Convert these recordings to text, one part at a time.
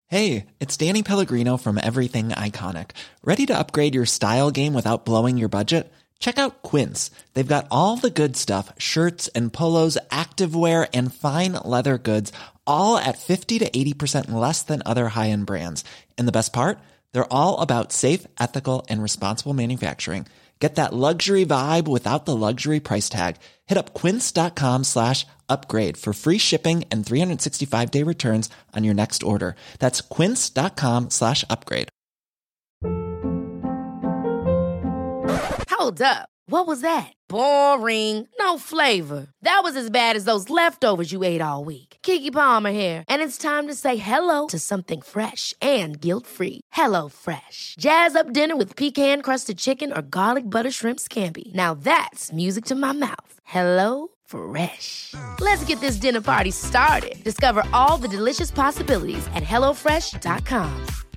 Hey, it's Danny Pellegrino from Everything Iconic. Ready to upgrade your style game without blowing your budget? Check out Quince. They've got all the good stuff, shirts and polos, activewear, and fine leather goods, all at 50 to 80% less than other high-end brands. And the best part? They're all about safe, ethical, and responsible manufacturing. Get that luxury vibe without the luxury price tag. Hit up quince.com/upgrade for free shipping and 365-day returns on your next order. That's quince.com/upgrade. Hold up. What was that? Boring. No flavor. That was as bad as those leftovers you ate all week. Keke Palmer here, and it's time to say hello to something fresh and guilt-free. Hello Fresh. Jazz up dinner with pecan-crusted chicken or garlic butter shrimp scampi. Now that's music to my mouth. Hello Fresh. Let's get this dinner party started. Discover all the delicious possibilities at hellofresh.com.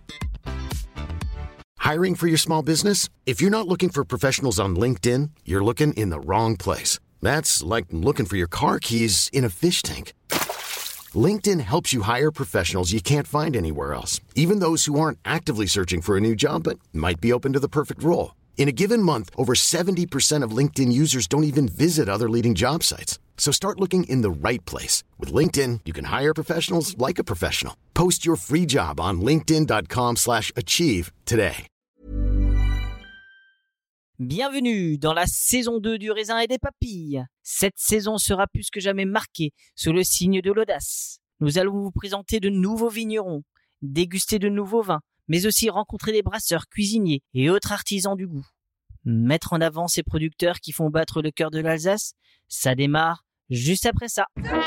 Hiring for your small business? If you're not looking for professionals on LinkedIn, you're looking in the wrong place. That's like looking for your car keys in a fish tank. LinkedIn helps you hire professionals you can't find anywhere else, even those who aren't actively searching for a new job but might be open to the perfect role. In a given month, over 70% of LinkedIn users don't even visit other leading job sites. So start looking in the right place. With LinkedIn, you can hire professionals like a professional. Post your free job on linkedin.com/achieve today. Bienvenue dans la saison 2 du Raisin et des Papilles. Cette saison sera plus que jamais marquée sous le signe de l'audace. Nous allons vous présenter de nouveaux vignerons, déguster de nouveaux vins, mais aussi rencontrer des brasseurs, cuisiniers et autres artisans du goût. Mettre en avant ces producteurs qui font battre le cœur de l'Alsace, ça démarre juste après ça.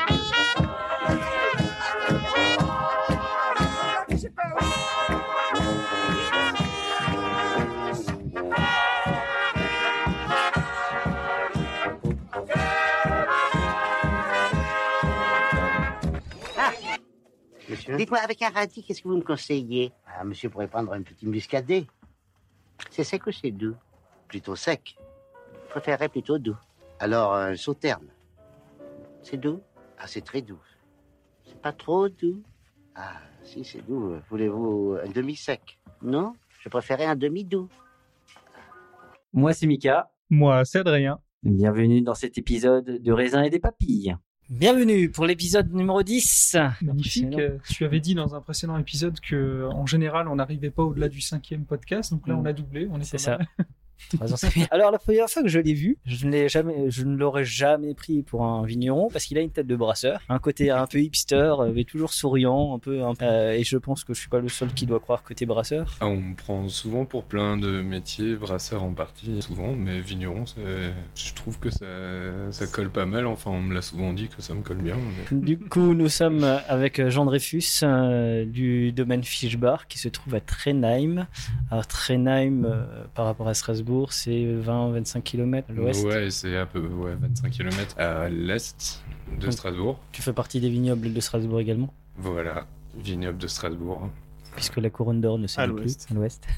Monsieur. Dites-moi, avec un radis, qu'est-ce que vous me conseillez? Ah, monsieur pourrait prendre un petit muscadet. C'est sec ou c'est doux? Plutôt sec. Je préférerais plutôt doux. Alors, un sauterne. C'est doux? Ah, c'est très doux. C'est pas trop doux? Ah, si, c'est doux. Voulez-vous un demi-sec? Non? Je préférais un demi-doux. Moi, c'est Mika. Moi, c'est Adrien. Bienvenue dans cet épisode de Raisin et des Papilles. Bienvenue pour l'épisode numéro 10. Magnifique. Tu avais dit dans un précédent épisode que, en général, on n'arrivait pas au-delà du 5e podcast. Donc là, on a doublé. On est C'est ça. Alors, la première fois que je l'ai vu, je ne l'aurais jamais pris pour un vigneron parce qu'il a une tête de brasseur. Un côté un peu hipster, mais toujours souriant, et je pense que je suis pas le seul qui doit croire que t'es brasseur. Ah, on me prend souvent pour plein de métiers, brasseur en partie, souvent, mais vigneron, je trouve que ça colle pas mal. Enfin, on me l'a souvent dit que ça me colle bien. Mais... Du coup, nous sommes avec Jean Dreyfus du domaine Fischbach qui se trouve à Trenheim. Alors, Trenheim, par rapport à Strasbourg, c'est 20-25 km à l'ouest. Ouais, c'est un peu 25 km à l'est de Strasbourg. Tu fais partie des vignobles de Strasbourg également? Voilà, vignoble de Strasbourg. Puisque la couronne d'or ne s'est plus à l'ouest.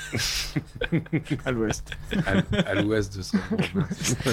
À l'ouest. À l'ouest de Strasbourg.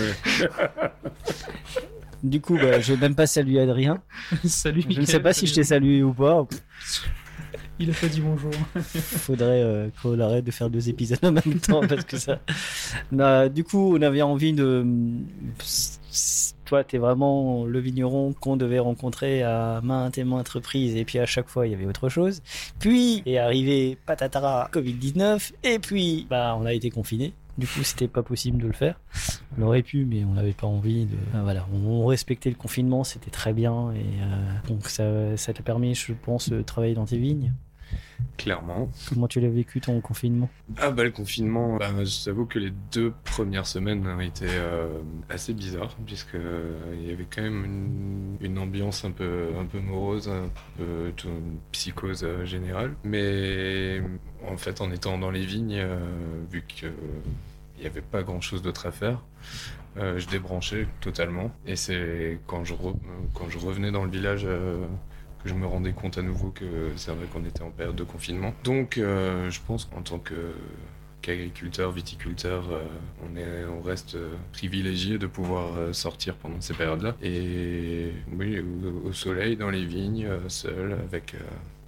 Du coup, je vais même pas saluer Adrien. Salut Mickaël. Je ne sais pas si je t'ai salué ou pas. Il a pas dit bonjour. Faudrait qu'on arrête de faire 2 épisodes en même temps parce que ça. Non, du coup, on avait envie de. Toi, t'es vraiment le vigneron qu'on devait rencontrer à maintes et maintes reprises, et puis à chaque fois, il y avait autre chose. Puis est arrivé patatara Covid-19, et puis on a été confinés. Du coup, c'était pas possible de le faire. On aurait pu, mais on n'avait pas envie de. Voilà, on respectait le confinement, c'était très bien, et donc ça t'a permis, je pense, de travailler dans tes vignes. Clairement. Comment tu l'as vécu ton confinement? Le confinement, je t'avoue que les 2 premières semaines ont été assez bizarres, puisque il y avait quand même une ambiance un peu morose, un peu une psychose générale. Mais en fait, en étant dans les vignes, vu qu'il n'y avait pas grand chose d'autre à faire, je débranchais totalement. Et c'est quand je revenais dans le village que je me rendais compte à nouveau que c'est vrai qu'on était en période de confinement. Donc je pense qu'en tant qu'agriculteur, viticulteur, on reste privilégié de pouvoir sortir pendant ces périodes-là. Et oui, au soleil, dans les vignes, seul,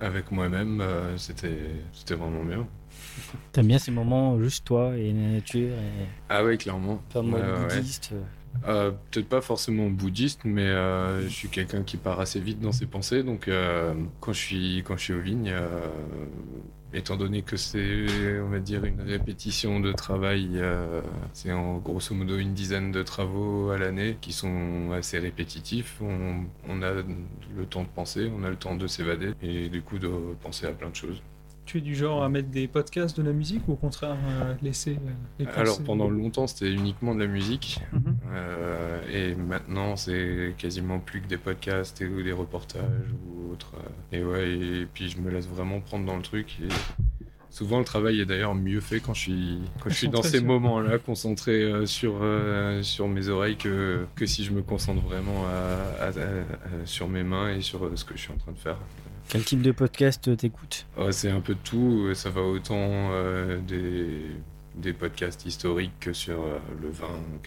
avec moi-même, c'était vraiment bien. T'aimes bien ces moments juste toi et la nature et Ah ouais, clairement. pas mode Ouais. bouddhiste. Peut-être pas forcément bouddhiste, mais je suis quelqu'un qui part assez vite dans ses pensées. Donc quand je suis aux vignes, étant donné que c'est, on va dire, une répétition de travail, c'est en grosso modo une dizaine de travaux à l'année qui sont assez répétitifs. On a le temps de penser, on a le temps de s'évader et du coup de penser à plein de choses. Tu es du genre à mettre des podcasts, de la musique, ou au contraire laisser les pensées? Alors pendant longtemps c'était uniquement de la musique. Mhm. Et maintenant, c'est quasiment plus que des podcasts ou des reportages ou autres. Et ouais, et puis je me laisse vraiment prendre dans le truc. Et souvent, le travail est d'ailleurs mieux fait quand je suis dans ces moments-là, concentré sur mes oreilles, que si je me concentre vraiment sur mes mains et sur ce que je suis en train de faire. Quel type de podcast t'écoutes? C'est un peu de tout. Ça va autant des podcasts historiques que sur le vin,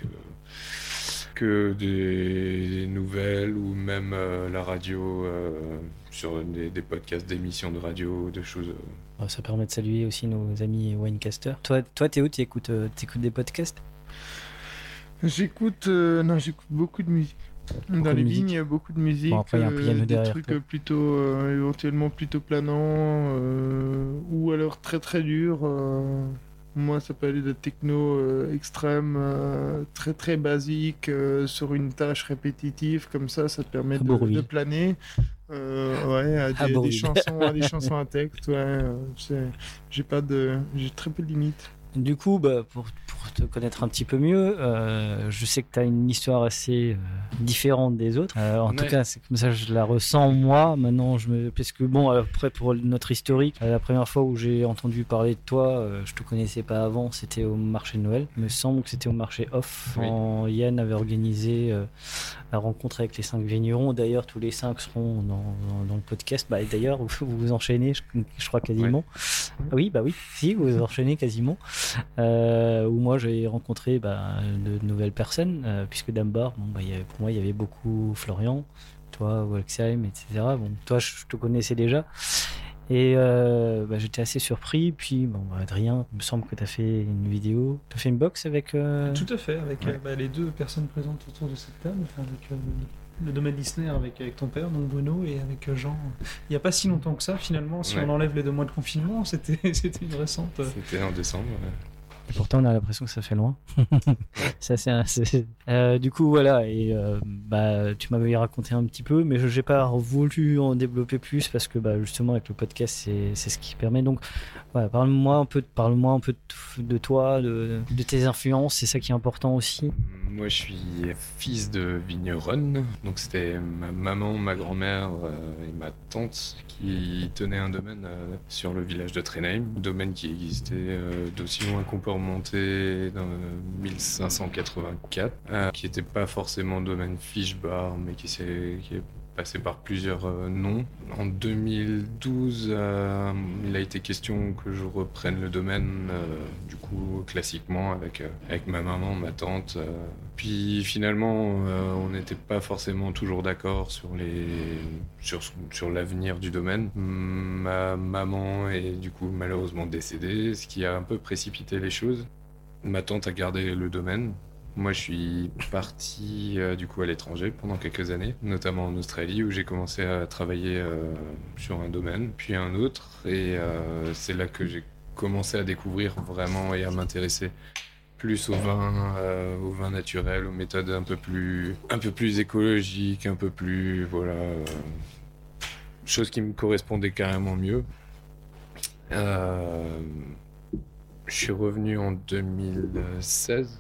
que des nouvelles ou même la radio, sur des podcasts d'émissions de radio, de choses. Ça permet de saluer aussi nos amis winecasters. Toi Théo, t'écoutes des podcasts? J'écoute beaucoup de musique. Dans les vignes, beaucoup de musique. Bon, après, il y a un piano des derrière, trucs quoi. plutôt éventuellement plutôt planants ou alors très très durs. Moi, ça peut aller de techno extrême, très très basique, sur une tâche répétitive, comme ça te permet de planer. Ouais, à des chansons à texte. Ouais, j'ai très peu de limites. Du coup, pour te connaître un petit peu mieux, je sais que tu as une histoire assez différente des autres. En tout cas, c'est comme ça que je la ressens moi. Maintenant, parce que bon, après pour notre historique, la première fois où j'ai entendu parler de toi, je te connaissais pas avant, c'était au marché de Noël. Il me semble que c'était au marché off. Oui. Yann avait organisé la rencontre avec les 5 vignerons. D'ailleurs, tous les 5 seront dans le podcast. Et d'ailleurs, vous vous enchaînez, je crois quasiment. Ouais. Oui, si, vous vous enchaînez quasiment. Où moi j'ai rencontré de nouvelles personnes, puisque d'Ambar, pour moi il y avait beaucoup Florian, toi, Wolksheim, etc. Bon, toi je te connaissais déjà. Et j'étais assez surpris. Puis Adrien, il me semble que tu as fait une vidéo, tu as fait une box avec... Tout à fait, avec les deux personnes présentes autour de cette table, avec le domaine Disney, avec ton père, donc Bruno, et avec Jean. Il n'y a pas si longtemps que ça, finalement, si on enlève les 2 mois de confinement, c'était une récente... C'était en décembre. Et pourtant on a l'impression que ça fait loin. Du coup voilà, et tu m'avais raconté un petit peu, mais je n'ai pas voulu en développer plus parce que justement avec le podcast c'est ce qui permet. Donc voilà, parle-moi un peu de toi, de tes influences, c'est ça qui est important aussi. Moi je suis fils de vigneronne, donc c'était ma maman, ma grand-mère et ma tante qui tenaient un domaine sur le village de Trenheim, domaine qui existait d'aussi loin qu'on peut remonter dans 1584, qui n'était pas forcément domaine Fischbar, mais qui est passé par plusieurs noms. En 2012, il a été question que je reprenne le domaine, du coup classiquement avec ma maman, ma tante. Puis finalement, on n'était pas forcément toujours d'accord sur l'avenir du domaine. Ma maman est du coup malheureusement décédée, ce qui a un peu précipité les choses. Ma tante a gardé le domaine. Moi, je suis parti du coup à l'étranger pendant quelques années, notamment en Australie, où j'ai commencé à travailler sur un domaine, puis un autre, et c'est là que j'ai commencé à découvrir vraiment et à m'intéresser plus au vin naturel, aux méthodes un peu plus écologiques, un peu plus chose qui me correspondait carrément mieux. Je suis revenu en 2016.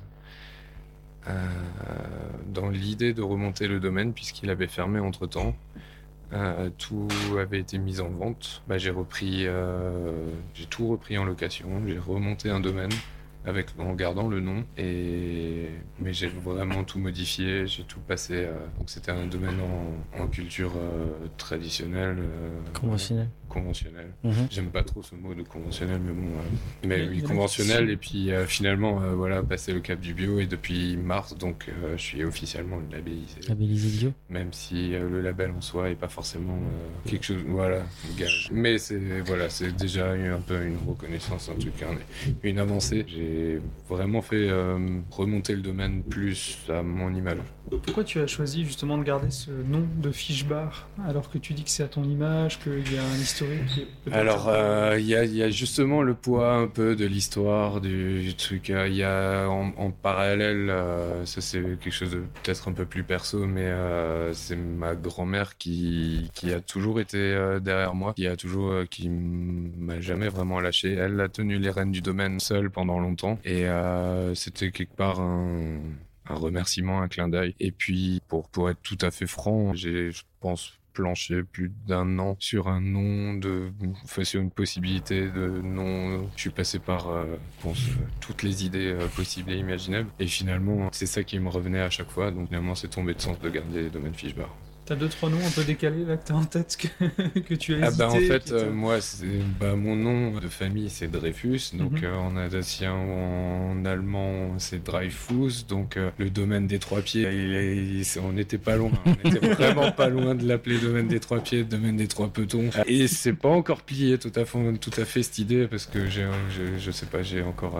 Dans l'idée de remonter le domaine puisqu'il avait fermé entre-temps. Tout avait été mis en vente. J'ai tout repris en location, j'ai remonté un domaine en gardant le nom. Mais j'ai vraiment tout modifié, j'ai tout passé. Donc c'était un domaine en culture traditionnelle. Conventionnelle. J'aime pas trop ce mot de conventionnel, mais bon. Mais oui, conventionnel. Et puis finalement, voilà, passer le cap du bio. Et depuis mars, donc, je suis officiellement labellisé. Labellisé bio. Même si le label en soi est pas forcément quelque chose, voilà, gage. Mais c'est déjà un peu une reconnaissance, un truc, une avancée. J'ai vraiment fait remonter le domaine plus à mon image. Pourquoi tu as choisi justement de garder ce nom de Fiche Bar alors que tu dis que c'est à ton image, qu'il y a un historique qui est... Alors, il y a justement le poids un peu de l'histoire du truc. Il y a en parallèle, ça c'est quelque chose de peut-être un peu plus perso, mais c'est ma grand-mère qui a toujours été derrière moi, qui m'a jamais vraiment lâché. Elle a tenu les rênes du domaine seule pendant longtemps, et c'était quelque part un remerciement, un clin d'œil. Et puis, pour être tout à fait franc, je pense, planché plus d'1 an sur un nom sur une possibilité de nom. Je suis passé par, je pense, toutes les idées possibles et imaginables. Et finalement, c'est ça qui me revenait à chaque fois. Donc finalement, c'est tombé de sens de garder le domaine Fiche Bar. T'as 2-3 noms un peu décalés là que t'as en tête que tu as hésité? En fait, moi, mon nom de famille c'est Dreyfus, donc en alsacien ou en allemand c'est Dreyfus, donc le domaine des 3 pieds, on n'était pas loin, on était vraiment pas loin de l'appeler domaine des 3 pieds, domaine des 3 petons. Et c'est pas encore plié tout à fait cette idée, parce que je sais pas, j'ai encore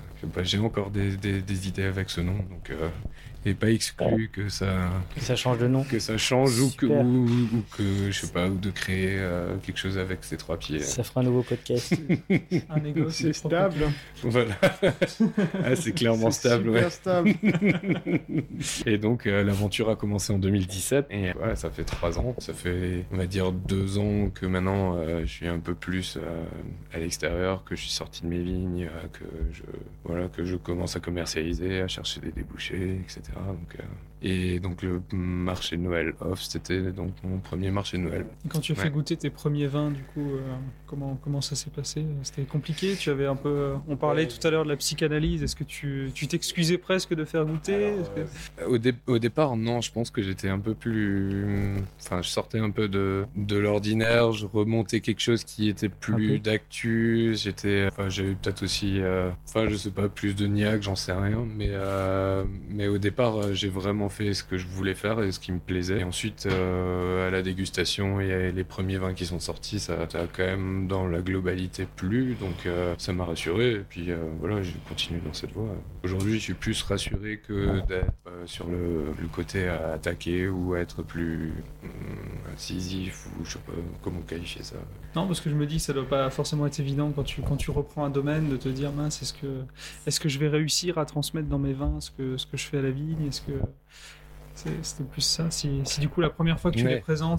des idées avec ce nom, donc et pas exclu que ça change de nom, que ça change ou que je sais pas, ou de créer quelque chose avec ces 3 pieds. Ça fera un nouveau podcast. Un négoce, c'est stable. Voilà. C'est clairement stable, super stable. Et donc l'aventure a commencé en 2017 et voilà, ça fait 3 ans. Ça fait, on va dire, 2 ans que maintenant je suis un peu plus à l'extérieur, que je suis sorti de mes vignes, que je commence à commercialiser, à chercher des débouchés, etc. Donc le marché de Noël off, c'était donc mon premier marché de Noël. Et quand tu as fait goûter tes premiers vins, du coup, comment ça s'est passé? C'était compliqué? Tu avais un peu, on parlait tout à l'heure de la psychanalyse. Est-ce que tu t'excusais presque de faire goûter? Au départ, non. Je pense que j'étais un peu plus, je sortais un peu de l'ordinaire. Je remontais quelque chose qui était plus d'actu. J'avais peut-être aussi, je sais pas, plus de niaque, j'en sais rien. Mais au départ, j'ai vraiment fait ce que je voulais faire et ce qui me plaisait. Et ensuite, à la dégustation et les premiers vins qui sont sortis, ça a quand même dans la globalité plu, donc ça m'a rassuré. Et puis voilà, j'ai continué dans cette voie. Aujourd'hui, je suis plus rassuré que d'être sur le côté à attaquer ou à être plus incisif, ou je sais pas comment qualifier ça. Non, parce que je me dis, ça doit pas forcément être évident quand tu reprends un domaine de te dire, mince, est-ce que je vais réussir à transmettre dans mes vins ce que je fais à la vigne? Est-ce que c'était plus ça? Si du coup la première fois que tu les présentes,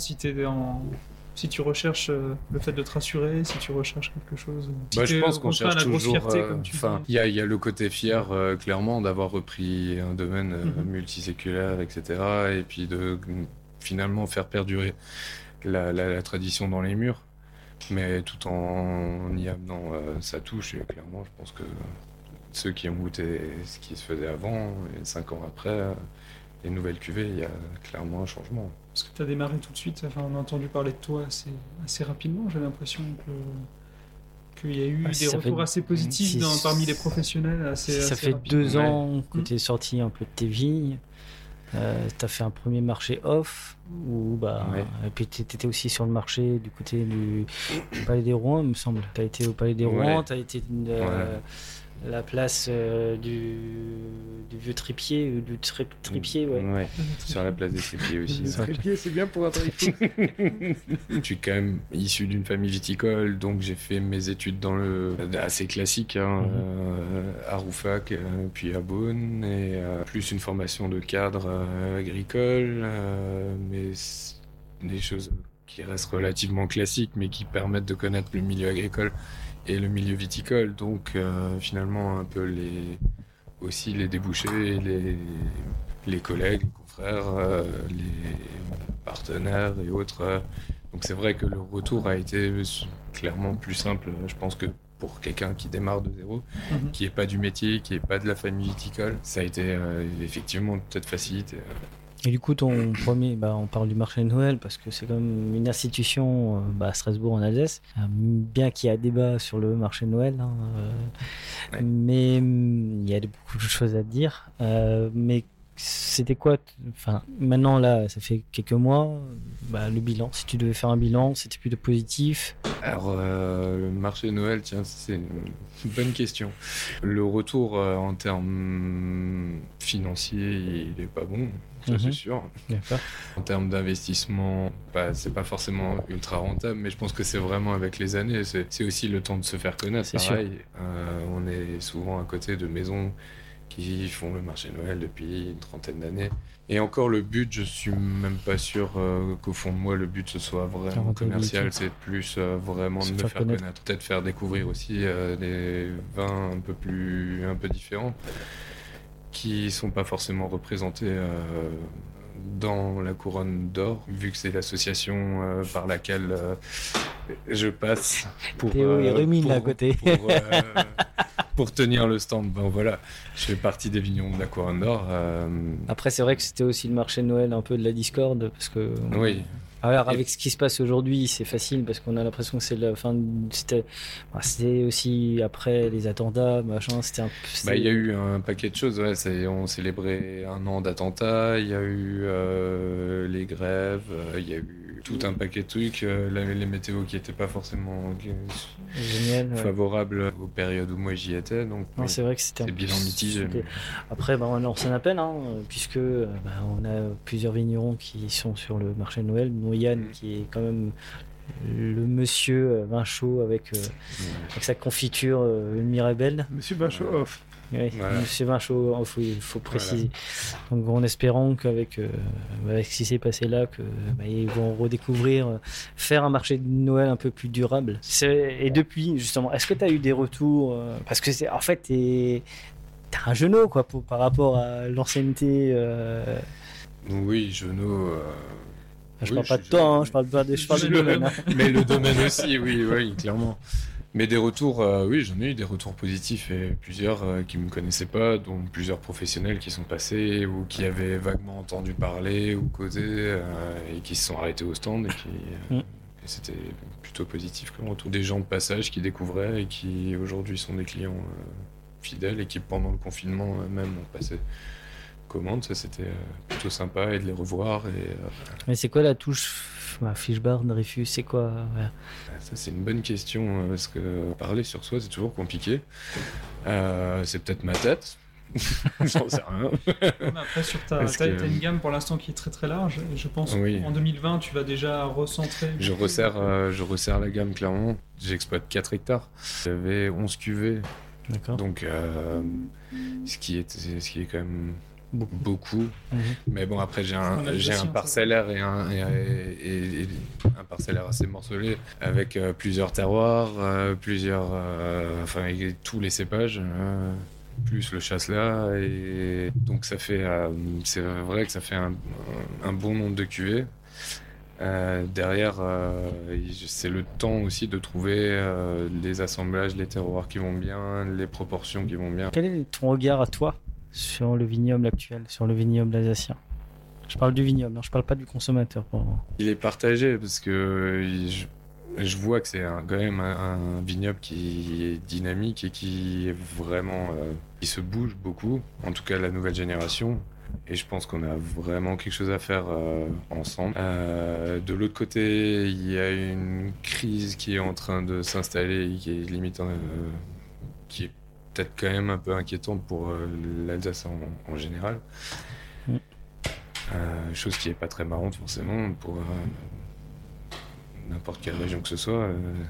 si tu recherches le fait de te rassurer, si tu recherches quelque chose, je pense qu'on cherche la grosse toujours. Fierté, comme tu dis. Il y a le côté fier, clairement, d'avoir repris un domaine multiséculaire, etc. Et puis de finalement faire perdurer la tradition dans les murs, mais tout en y amenant sa touche. Et clairement, je pense que ceux qui ont goûté ce qui se faisait avant, et 5 ans après, les nouvelles cuvées, il y a clairement un changement. Parce que tu as démarré tout de suite, on a entendu parler de toi assez rapidement, j'ai l'impression qu'il y a eu des retours assez positifs parmi les professionnels. Ça fait 2 ans que tu es sorti un peu de tes vignes. Tu as fait un premier marché off, et puis tu étais aussi sur le marché du côté du Palais des Rouen, il me semble. Tu as été au Palais des Rouen, tu as été la place du vieux trépied, du trépied, sur la place des trépieds aussi. Le trépied, c'est bien pour un Dreyfus. Je suis quand même issu d'une famille viticole, donc j'ai fait mes études dans assez classique, à Rouffach, puis à Beaune, et plus une formation de cadre agricole, mais des choses qui restent relativement classiques, mais qui permettent de connaître le milieu agricole et le milieu viticole, donc finalement un peu aussi les débouchés, les collègues, les confrères, les partenaires et autres. Donc c'est vrai que le retour a été clairement plus simple, je pense, que pour quelqu'un qui démarre de zéro, qui n'est pas du métier, qui n'est pas de la famille viticole. Ça a été effectivement peut-être facilité. Et du coup, ton premier, on parle du marché de Noël parce que c'est comme une institution à Strasbourg en Alsace, bien qu'il y a débat sur le marché de Noël, mais il y a beaucoup de choses à dire. Mais c'était quoi maintenant là, ça fait quelques mois, le bilan. Si tu devais faire un bilan, c'était plutôt positif. Alors, le marché de Noël, tiens, c'est une bonne question. Le retour en termes financiers, il est pas bon, ça c'est sûr. D'accord. En termes d'investissement, c'est pas forcément ultra rentable, mais je pense que c'est vraiment avec les années. C'est aussi le temps de se faire connaître, c'est pareil. On est souvent à côté de maisons qui font le marché de Noël depuis une trentaine d'années. Et encore, le but, je suis même pas sûr qu'au fond de moi, le but ce soit vraiment commercial. C'est plus vraiment de me faire connaître. Peut-être faire découvrir aussi des vins un peu différents qui sont pas forcément représentés dans la couronne d'or, vu que c'est l'association par laquelle je passe pour Théo est remis à côté. Pour tenir le stand. Bon voilà, je fais partie des vignerons de la couronne d'or. Après, c'est vrai que c'était aussi le marché de Noël un peu de la discorde, parce que oui. Alors, avec ce qui se passe aujourd'hui, c'est facile parce qu'on a l'impression que c'est la fin. C'était aussi après les attentats, machin. Il y a eu un paquet de choses. Ouais, on célébrait 1 an d'attentats. Il y a eu les grèves. Il y a eu tout un paquet de trucs. Les météos qui n'étaient pas forcément favorables aux périodes où moi j'y étais. Donc, non, c'est vrai que c'était bilan mitigé. Après, on lance un appel, puisque on a plusieurs vignerons qui sont sur le marché de Noël. Yann, qui est quand même le monsieur vin chaud avec sa confiture, une Mirabelle. Monsieur vin chaud off. Oui, voilà. Monsieur vin chaud off, oui, il faut préciser. Voilà. Donc en espérant qu'avec ce qui s'est passé là, ils vont redécouvrir, faire un marché de Noël un peu plus durable. Et depuis, justement, est-ce que tu as eu des retours parce que en fait, t'as un genou par rapport à l'ancienneté. Oui, genou. Je parle pas de toi, je parle du domaine. Mais le domaine aussi, oui, clairement. Mais des retours, oui, j'en ai eu des retours positifs et plusieurs qui me connaissaient pas, dont plusieurs professionnels qui sont passés ou qui avaient vaguement entendu parler ou causé et qui se sont arrêtés au stand et c'était plutôt positif comme retour. Des gens de passage qui découvraient et qui aujourd'hui sont des clients fidèles et qui pendant le confinement même ont passé commande, ça c'était plutôt sympa et de les revoir. Mais c'est quoi la touche Fischbar, Dreyfus, c'est quoi Ça c'est une bonne question parce que parler sur soi c'est toujours compliqué. C'est peut-être ma tête. J'en sais rien. Mais après sur t'as une gamme pour l'instant qui est très très large et je pense qu'en 2020 tu vas déjà recentrer. Je resserre la gamme clairement. J'exploite 4 hectares. J'avais 11 cuvées. D'accord. Donc ce qui est quand même beaucoup. Mais bon, après j'ai un parcellaire et un parcellaire assez morcelé avec plusieurs terroirs, avec tous les cépages, plus le chasselas, et donc ça fait c'est vrai que ça fait un bon nombre de cuvées. Derrière, c'est le temps aussi de trouver les assemblages, les terroirs qui vont bien, les proportions qui vont bien. Quel est ton regard à toi sur le vignoble actuel, sur le vignoble alsacien? Je parle du vignoble, je parle pas du consommateur. Il est partagé parce que je vois que c'est quand même un vignoble qui est dynamique et qui est vraiment qui se bouge beaucoup, en tout cas la nouvelle génération. Et je pense qu'on a vraiment quelque chose à faire ensemble. De l'autre côté, il y a une crise qui est en train de s'installer, qui est limite, qui est peut-être quand même un peu inquiétante pour l'Alsace en général. Chose qui n'est pas très marrante forcément pour n'importe quelle région que ce soit.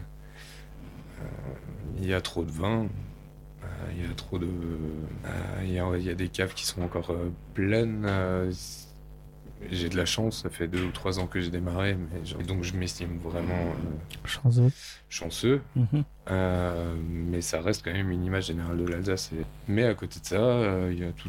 Il y a trop de vin. Il y a trop de. Il y a des caves qui sont encore pleines. J'ai de la chance, ça fait 2 ou 3 ans que j'ai démarré, et donc je m'estime vraiment chanceux. Mais ça reste quand même une image générale de l'Alsace. Mais à côté de ça, il y a toute cette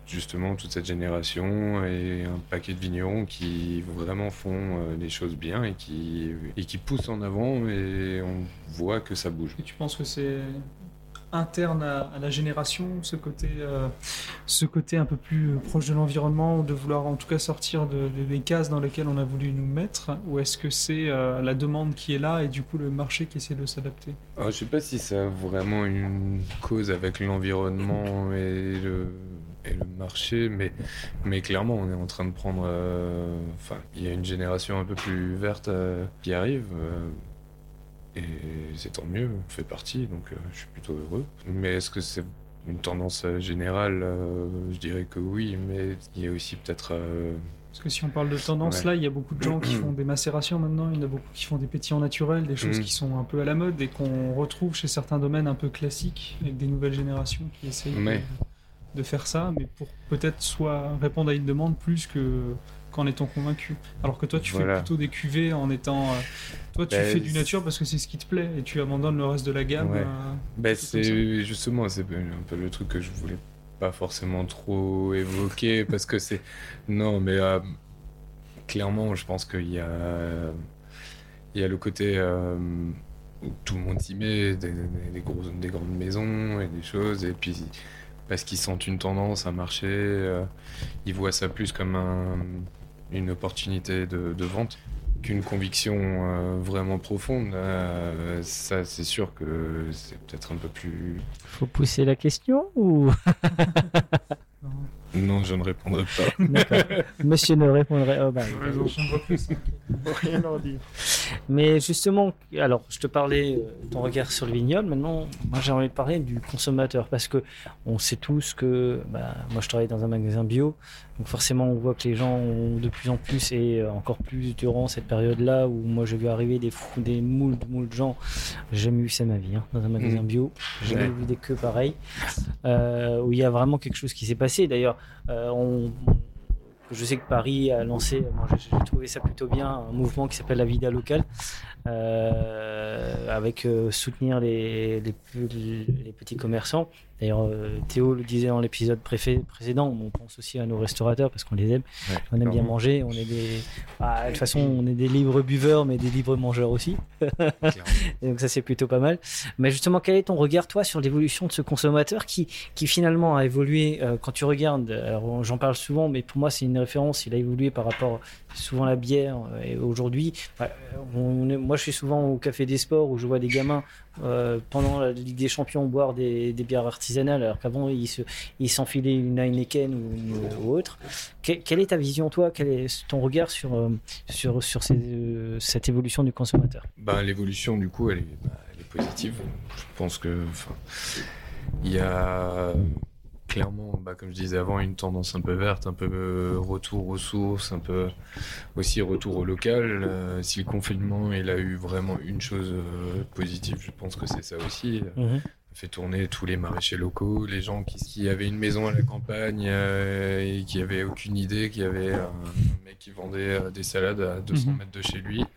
justement toute cette génération et un paquet de vignerons qui vraiment font les choses bien et qui poussent en avant, et on voit que ça bouge. Et tu penses que c'est interne à la génération, ce côté un peu plus proche de l'environnement, de vouloir en tout cas sortir des cases dans lesquelles on a voulu nous mettre, ou est-ce que c'est la demande qui est là et du coup le marché qui essaie de s'adapter? Alors, je sais pas si ça a vraiment une cause avec l'environnement et le marché, mais clairement on est en train de prendre, il y a une génération un peu plus verte qui arrive, et c'est tant mieux, on fait partie, donc je suis plutôt heureux. Mais est-ce que c'est une tendance générale? Je dirais que oui, mais il y a aussi peut-être... Parce que si on parle de tendance, là, il y a beaucoup de gens qui font des macérations maintenant, il y en a beaucoup qui font des pétillants naturels, des choses qui sont un peu à la mode et qu'on retrouve chez certains domaines un peu classiques, avec des nouvelles générations qui essayent de faire ça, mais pour peut-être soit répondre à une demande plus qu'en étant convaincu. Alors que toi, tu fais plutôt des cuvées en étant... Toi, tu fais du nature parce que c'est ce qui te plaît et tu abandonnes le reste de la gamme. C'est justement, c'est un peu le truc que je voulais pas forcément trop évoquer parce que c'est... Non, mais clairement, je pense qu'il y a le côté où tout le monde s'y met, des grandes maisons et des choses, et puis parce qu'ils sentent une tendance à marcher, ils voient ça plus comme une opportunité de vente qu'une conviction vraiment profonde. Ça, c'est sûr que c'est peut-être un peu plus... Faut pousser la question ou... Non, je ne répondrai pas. D'accord. Monsieur ne répondrait... Oh, bah, Rien leur dire. Mais justement, alors je te parlais de ton regard sur le vignoble. Maintenant, moi j'ai envie de parler du consommateur parce que on sait tous que, moi je travaille dans un magasin bio, donc forcément on voit que les gens ont de plus en plus et encore plus durant cette période-là où moi j'ai vu arriver des moules de gens. J'ai jamais vu ça de ma vie dans un magasin bio. J'ai jamais vu des queues pareilles où il y a vraiment quelque chose qui s'est passé. D'ailleurs, je sais que Paris a lancé, moi j'ai trouvé ça plutôt bien, un mouvement qui s'appelle la Vida locale, avec soutenir les petits commerçants. D'ailleurs, Théo le disait dans l'épisode précédent, on pense aussi à nos restaurateurs parce qu'on les aime, on aime bien manger, on est de toute façon on est des libres buveurs mais des libres mangeurs aussi. Et donc ça c'est plutôt pas mal. Mais justement, quel est ton regard toi sur l'évolution de ce consommateur qui finalement a évolué quand tu regardes, alors j'en parle souvent mais pour moi c'est une référence, il a évolué par rapport souvent à la bière et aujourd'hui, moi je suis souvent au Café des Sports où je vois des gamins pendant la Ligue des Champions boire des bières artisanales alors qu'avant ils s'enfilaient une Heineken ou autre. Quelle est ta vision toi, quel est ton regard sur cette évolution du consommateur? L'évolution du coup elle est positive. Je pense que il y a clairement, comme je disais avant, une tendance un peu verte, un peu retour aux sources, un peu aussi retour au local. Si le confinement il a eu vraiment une chose positive, je pense que c'est ça aussi. Ça fait tourner tous les maraîchers locaux, les gens qui avaient une maison à la campagne et qui avaient aucune idée, qui avait un mec qui vendait des salades à 200 mètres de chez lui.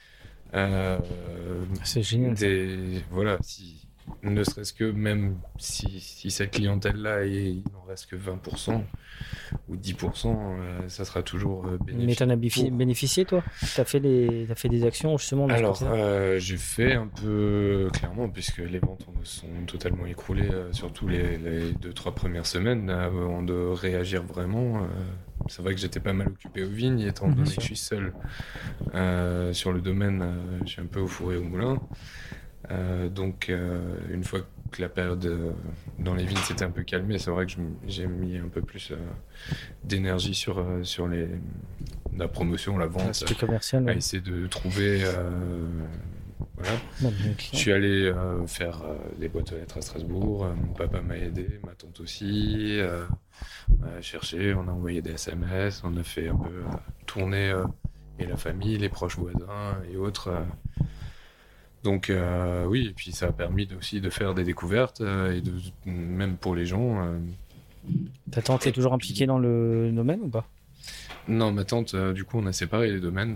C'est génial. Voilà, ne serait-ce que même si cette clientèle-là, il n'en reste que 20% ou 10%, ça sera toujours bénéfique. Mais t'en as bénéficié, toi? T'as fait des actions, justement? Alors, j'ai fait un peu, clairement, puisque les ventes sont totalement écroulées, surtout les 2-3 premières semaines, avant de réagir vraiment. C'est vrai que j'étais pas mal occupé aux vignes, étant donné que je suis seul sur le domaine, je suis un peu au four et au moulin. Donc une fois que la période dans les vignes s'était un peu calmée, c'est vrai que j'ai mis un peu plus d'énergie sur la promotion, la vente, commercial, à essayer de trouver voilà. Je suis allé faire des boîtes aux lettres à Strasbourg, mon papa m'a aidé, ma tante aussi, on a cherché, on a envoyé des SMS, on a fait un peu tourner et la famille, les proches voisins et autres. Donc oui, et puis ça a permis aussi de faire des découvertes et même pour les gens. Ta tante est toujours impliquée dans le domaine ou pas? Non, ma tante, du coup, on a séparé les domaines.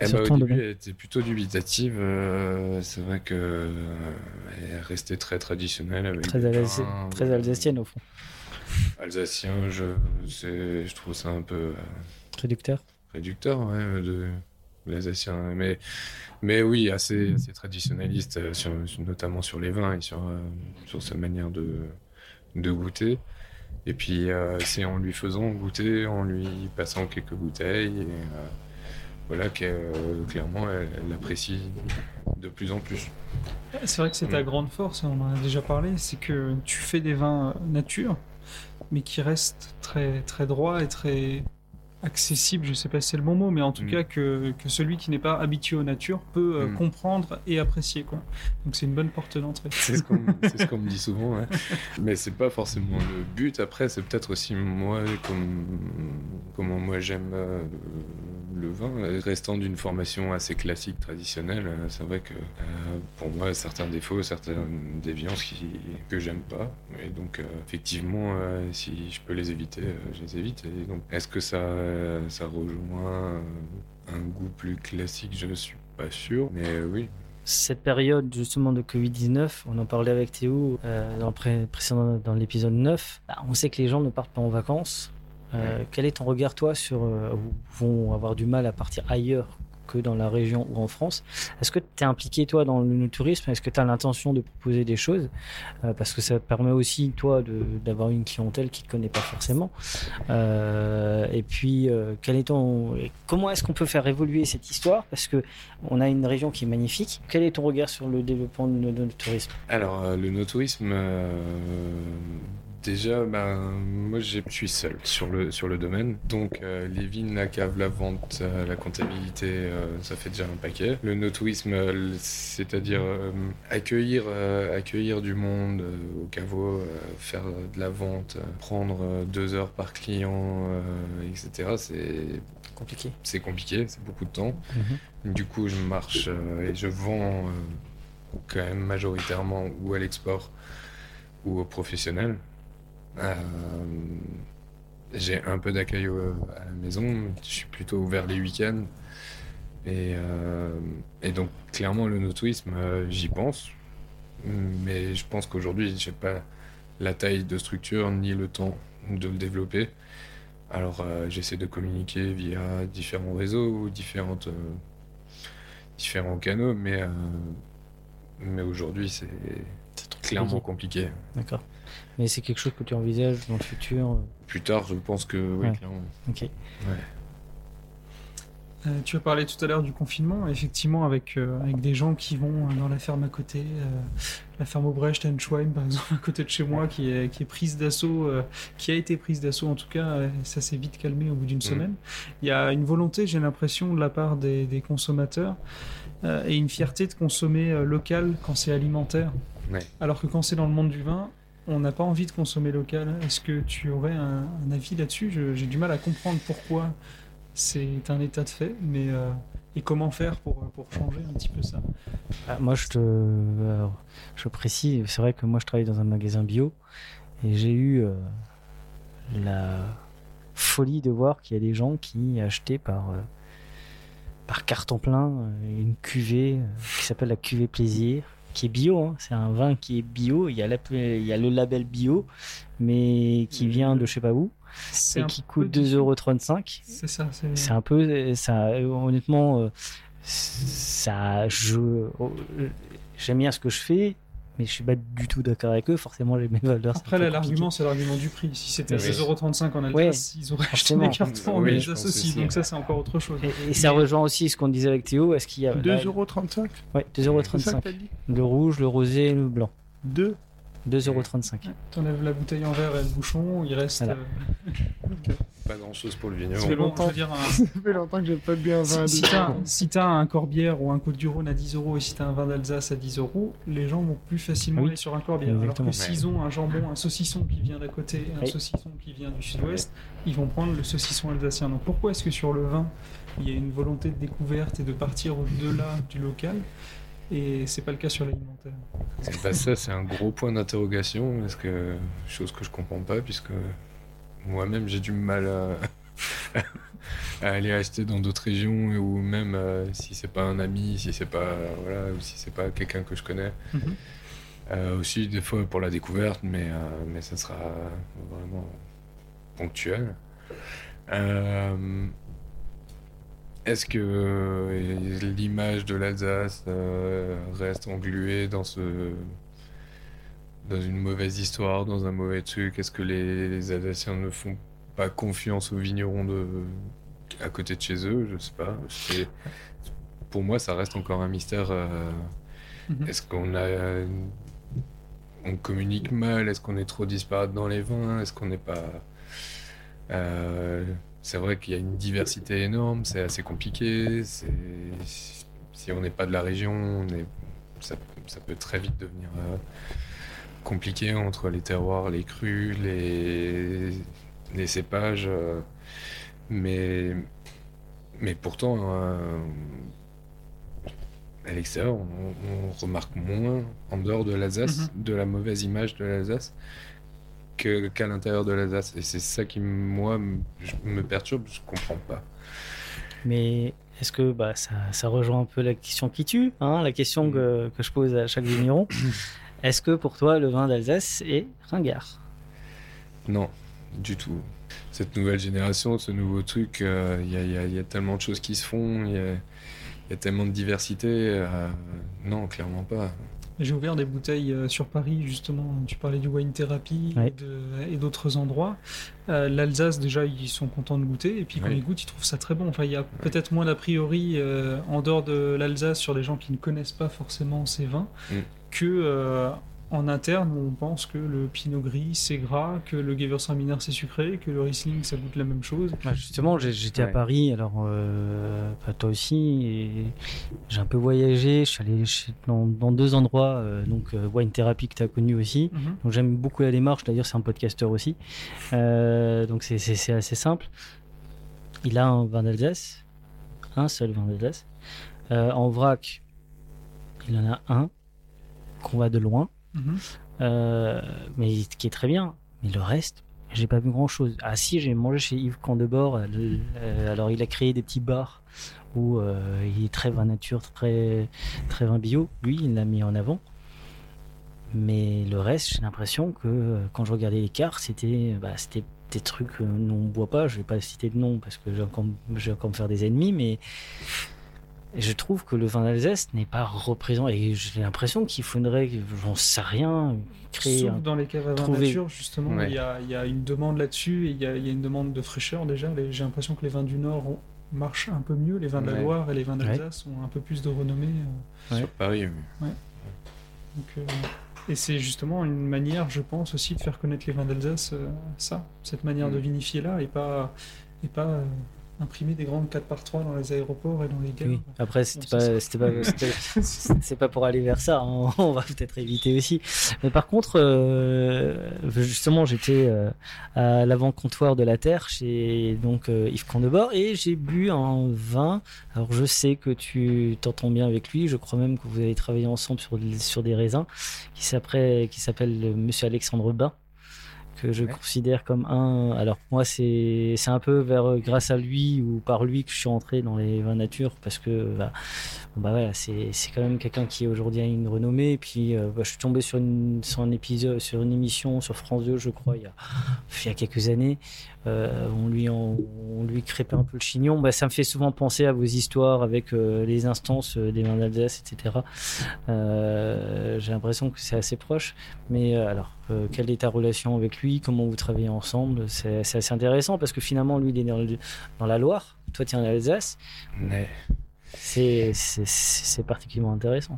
sur Au ton début, domaine. elle était plutôt dubitative. C'est vrai que elle restait très traditionnelle avec Très, du alsacienne, pain, très alsacienne au fond. alsacien. Je trouve ça un peu Réducteur. réducteur, ouais, de l'alsacien. Mais oui, assez traditionnaliste, notamment sur les vins et sur sa manière de goûter. Et puis, c'est en lui faisant goûter, en lui passant quelques bouteilles. Et, voilà, clairement, elle apprécie de plus en plus. C'est vrai que c'est ta grande force, on en a déjà parlé, c'est que tu fais des vins nature, mais qui restent très, très droits et très accessibles, je sais pas si c'est le bon mot, mais en tout cas que celui qui n'est pas habitué aux natures peut comprendre et apprécier, quoi. Donc c'est une bonne porte d'entrée. C'est ce qu'on me dit souvent, ouais. Mais c'est pas forcément le but. Après, c'est peut-être aussi moi, comment moi j'aime le vin. Restant d'une formation assez classique, traditionnelle, c'est vrai que pour moi, certains défauts, certaines déviances que j'aime pas. Et donc, effectivement, si je peux les éviter, je les évite. Et donc, est-ce que ça rejoint un goût plus classique? Je ne suis pas sûr, mais oui. Cette période justement de Covid-19, on en parlait avec Théo dans l'épisode 9, on sait que les gens ne partent pas en vacances. Quel est ton regard, toi, sur vont avoir du mal à partir ailleurs que dans la région ou en France? Est-ce que tu es impliqué, toi, dans le tourisme? Est-ce que tu as l'intention de proposer des choses? Parce que ça permet aussi, toi, d'avoir une clientèle qui ne te connaît pas forcément. Et puis, comment est-ce qu'on peut faire évoluer cette histoire? Parce qu'on a une région qui est magnifique. Quel est ton regard sur le développement de notre tourisme? Alors, le no-tourisme... Déjà, moi je suis seul sur le domaine, donc les vignes, la cave, la vente, la comptabilité, ça fait déjà un paquet. Le no-tourisme, c'est-à-dire accueillir du monde au caveau, faire de la vente, prendre 2 heures par client, etc. C'est compliqué. C'est compliqué, c'est beaucoup de temps. Du coup, je marche et je vends quand même majoritairement ou à l'export ou aux professionnels. J'ai un peu d'accueil à la maison, je suis plutôt ouvert les week-ends et donc clairement le no-tourisme, j'y pense, mais je pense qu'aujourd'hui j'ai pas la taille de structure ni le temps de le développer. Alors j'essaie de communiquer via différents réseaux ou différents canaux, mais aujourd'hui c'est clairement compliqué. D'accord. Mais c'est quelque chose que tu envisages dans le futur? Plus tard, je pense que oui, clairement. Ok. Ouais. Tu as parlé tout à l'heure du confinement, effectivement, avec des gens qui vont dans la ferme à côté, la ferme Aubrecht-Schwein, par exemple, à côté de chez moi, qui est prise d'assaut, qui a été prise d'assaut en tout cas, ça s'est vite calmé au bout d'une semaine. Il y a une volonté, j'ai l'impression, de la part des consommateurs et une fierté de consommer local quand c'est alimentaire. Ouais. Alors que quand c'est dans le monde du vin, on n'a pas envie de consommer local. Est-ce que tu aurais un avis là-dessus? J'ai du mal à comprendre pourquoi c'est un état de fait, mais et comment faire pour changer un petit peu ça? Moi, je précise, c'est vrai que moi je travaille dans un magasin bio et j'ai eu la folie de voir qu'il y a des gens qui achetaient par carton plein une cuvée qui s'appelle la cuvée plaisir, qui est bio, hein. C'est un vin qui est bio, il y a le label bio, mais qui vient de je sais pas où, et qui coûte 2,35 €. C'est ça. C'est un peu, ça, honnêtement, j'aime bien ce que je fais, mais je suis pas du tout d'accord avec eux. Forcément, j'ai mes valeurs. Après, là, l'argument, c'est l'argument du prix. Si c'était 2,35 € en Alsace, ils auraient acheté des cartons, mais les associent. Donc ça, c'est encore autre chose. Et ça rejoint aussi ce qu'on disait avec Théo. Est-ce qu'il y a 2,35 €? Ouais, 2,35 €. Le rouge, le rosé et le blanc. 2,35 €. T'enlèves la bouteille en verre et le bouchon, il reste. Voilà. Pas grand chose pour le vigneron. Ça fait longtemps, Ça fait longtemps que j'ai pas bu un vin. Si t'as un Corbière ou un Côtes-du-Rhône à 10 € et si t'as un vin d'Alsace à 10 €, les gens vont plus facilement aller sur un Corbière. Exactement. Alors que s'ils ont un jambon, un saucisson qui vient d'à côté, un saucisson qui vient du sud-ouest, ils vont prendre le saucisson alsacien. Donc pourquoi est-ce que sur le vin, il y a une volonté de découverte et de partir au-delà du local? Et c'est pas le cas sur l'alimentaire. Ça, c'est un gros point d'interrogation, chose que je comprends pas, puisque moi-même j'ai du mal aller acheter dans d'autres régions, ou même si c'est pas un ami, si c'est pas ou si c'est pas quelqu'un que je connais. Aussi des fois pour la découverte, mais ça sera vraiment ponctuel. Est-ce que l'image de l'Alsace reste engluée dans une mauvaise histoire, dans un mauvais truc? Est-ce que les Alsaciens ne font pas confiance aux vignerons à côté de chez eux? Je sais pas. Pour moi, ça reste encore un mystère. Est-ce on communique mal? Est-ce qu'on est trop disparate dans les vins? Est-ce qu'on n'est pas... c'est vrai qu'il y a une diversité énorme, c'est assez compliqué. Si on n'est pas de la région, ça peut très vite devenir compliqué entre les terroirs, les crus, les cépages. Mais pourtant, à l'extérieur, on remarque moins, en dehors de l'Alsace, de la mauvaise image de l'Alsace qu'à l'intérieur de l'Alsace. Et c'est ça qui, moi, me perturbe, je comprends pas. Mais est-ce que ça rejoint un peu la question qui tue, la question que je pose à chaque vigneron. Est-ce que pour toi, le vin d'Alsace est ringard? Non, du tout. Cette nouvelle génération, ce nouveau truc, il y a tellement de choses qui se font, il y a tellement de diversité. Non, clairement pas. J'ai ouvert des bouteilles sur Paris, justement. Tu parlais du wine therapy et d'autres endroits. L'Alsace, déjà, ils sont contents de goûter. Et puis, quand ils goûtent, ils trouvent ça très bon. Enfin, il y a peut-être moins d'a priori en dehors de l'Alsace sur des gens qui ne connaissent pas forcément ces vins que en interne, où on pense que le Pinot Gris, c'est gras, que le Gewürztraminer, c'est sucré, que le Riesling, ça goûte la même chose. Justement, j'étais à Paris, alors toi aussi, et j'ai un peu voyagé. Je suis allé dans 2 endroits, donc Wine Therapy que tu as connu aussi. Donc j'aime beaucoup la démarche, d'ailleurs c'est un podcasteur aussi. Donc c'est assez simple. Il a un vin d'Alsace, un seul vin d'Alsace. En vrac, il en a un qu'on va de loin. Mais qui est très bien, mais le reste j'ai pas vu grand chose. Ah si, j'ai mangé chez Yves Candebord, alors il a créé des petits bars où il est très vin nature, très, très vin bio, lui il l'a mis en avant, mais le reste j'ai l'impression que quand je regardais les cartes c'était des trucs que nous on boit pas. Je vais pas citer de nom parce que je vais encore me faire des ennemis, mais je trouve que le vin d'Alsace n'est pas représenté, et j'ai l'impression qu'il faudrait, j'en sais rien, créer. Sauf dans les caves à vin nature, justement, il y a une demande là-dessus, et il y a une demande de fraîcheur déjà. J'ai l'impression que les vins du Nord marchent un peu mieux, les vins de la Loire et les vins d'Alsace ont un peu plus de renommée. Sur Paris, oui. Donc, et c'est justement une manière, je pense, aussi de faire connaître les vins d'Alsace, cette manière de vinifier là, et pas imprimer des grandes 4x3 dans les aéroports et dans les gares. Oui. Après, c'est pas pour aller vers ça. On va peut-être éviter aussi. Mais par contre, justement, j'étais à l'avant-comptoir de la Terre chez Yves Candebord, et j'ai bu un vin. Alors, je sais que tu t'entends bien avec lui. Je crois même que vous avez travaillé ensemble sur des raisins qui s'appelle Monsieur Alexandre Bain, que je considère comme alors moi c'est un peu grâce à lui ou par lui que je suis rentré dans les vins nature, parce que c'est quand même quelqu'un qui aujourd'hui a une renommée. Et puis je suis tombé sur un épisode, sur une émission sur France 2, je crois, il y a quelques années. On lui crêpait un peu le chignon. Ça me fait souvent penser à vos histoires avec les instances des vins d'Alsace, etc. J'ai l'impression que c'est assez proche. Mais quelle est ta relation avec lui? Comment vous travaillez ensemble? C'est assez intéressant, parce que finalement, lui, il est dans la Loire. Toi, tu es en Alsace. Ouais. C'est particulièrement intéressant.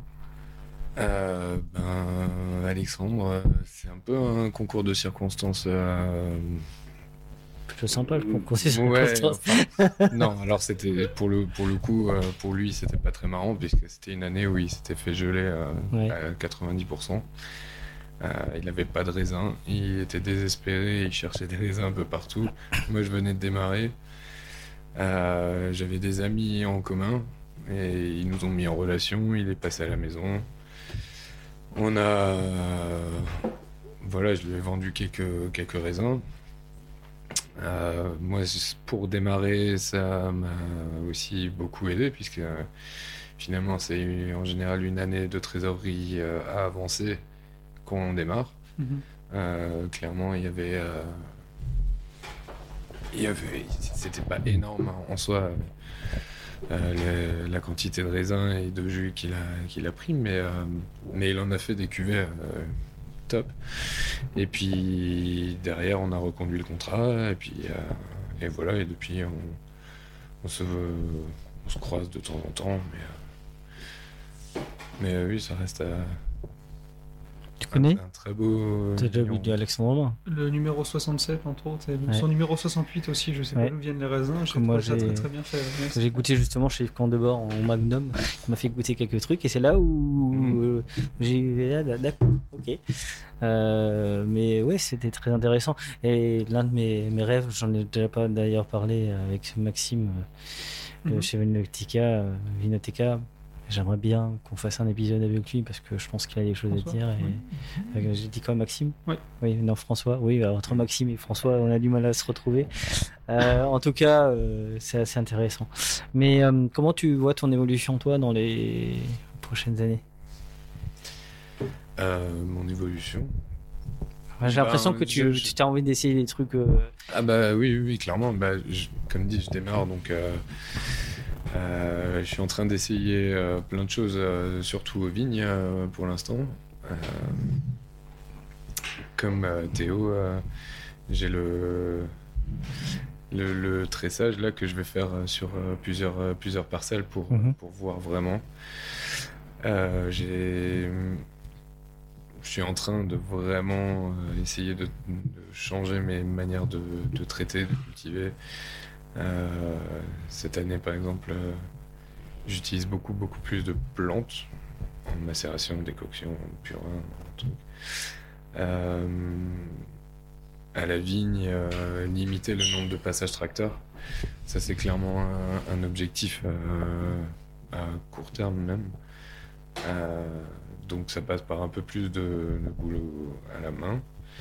Alexandre, c'est un peu un concours de circonstances. Plutôt sympa, le concours de circonstances. Non, alors c'était pour le coup, pour lui, c'était pas très marrant, puisque c'était une année où il s'était fait geler à 90%. Il n'avait pas de raisin, il était désespéré, il cherchait des raisins un peu partout. Moi, je venais de démarrer. J'avais des amis en commun et ils nous ont mis en relation. Il est passé à la maison. Je lui ai vendu quelques raisins. Moi, pour démarrer, ça m'a aussi beaucoup aidé, puisque finalement, c'est en général une année de trésorerie à avancer quand on démarre. Clairement, c'était pas énorme en soi, la quantité de raisins et de jus qu'il a pris, mais il en a fait des cuvées top. Et puis derrière, on a reconduit le contrat, et puis et voilà, et depuis on se croise de temps en temps, mais oui, ça reste tu connais un très beau. T'as déjà vu du Alexandre? Le numéro 67, entre autres, et son numéro 68 aussi, je sais pas d'où viennent les raisins. Moi, j'ai très, très bien fait. J'ai goûté justement chez Camp de Bord en Magnum, il m'a fait goûter quelques trucs, et c'est là où j'ai eu d'accord, ok. Mais ouais, c'était très intéressant. Et l'un de mes rêves, j'en ai déjà pas d'ailleurs parlé avec Maxime chez Vinoteca. J'aimerais bien qu'on fasse un épisode avec lui parce que je pense qu'il a des choses à dire. Et j'ai dit quoi, Maxime? Oui, non, François. Oui, entre Maxime et François, on a du mal à se retrouver. En tout cas, c'est assez intéressant. Mais comment tu vois ton évolution, toi, dans les prochaines années? Mon évolution. J'ai l'impression que tu as envie d'essayer des trucs. Ah bah oui, clairement. Comme dit, je démarre, donc je suis en train d'essayer plein de choses, surtout aux vignes pour l'instant. Comme Théo, j'ai le tressage là que je vais faire sur plusieurs parcelles pour voir vraiment. Je suis en train de vraiment essayer de changer mes manières de traiter, de cultiver. Cette année, par exemple, j'utilise beaucoup plus de plantes en macération, décoction, purin, truc. À la vigne, limiter le nombre de passages tracteurs. Ça, c'est clairement un objectif à court terme même. Donc ça passe par un peu plus de boulot à la main.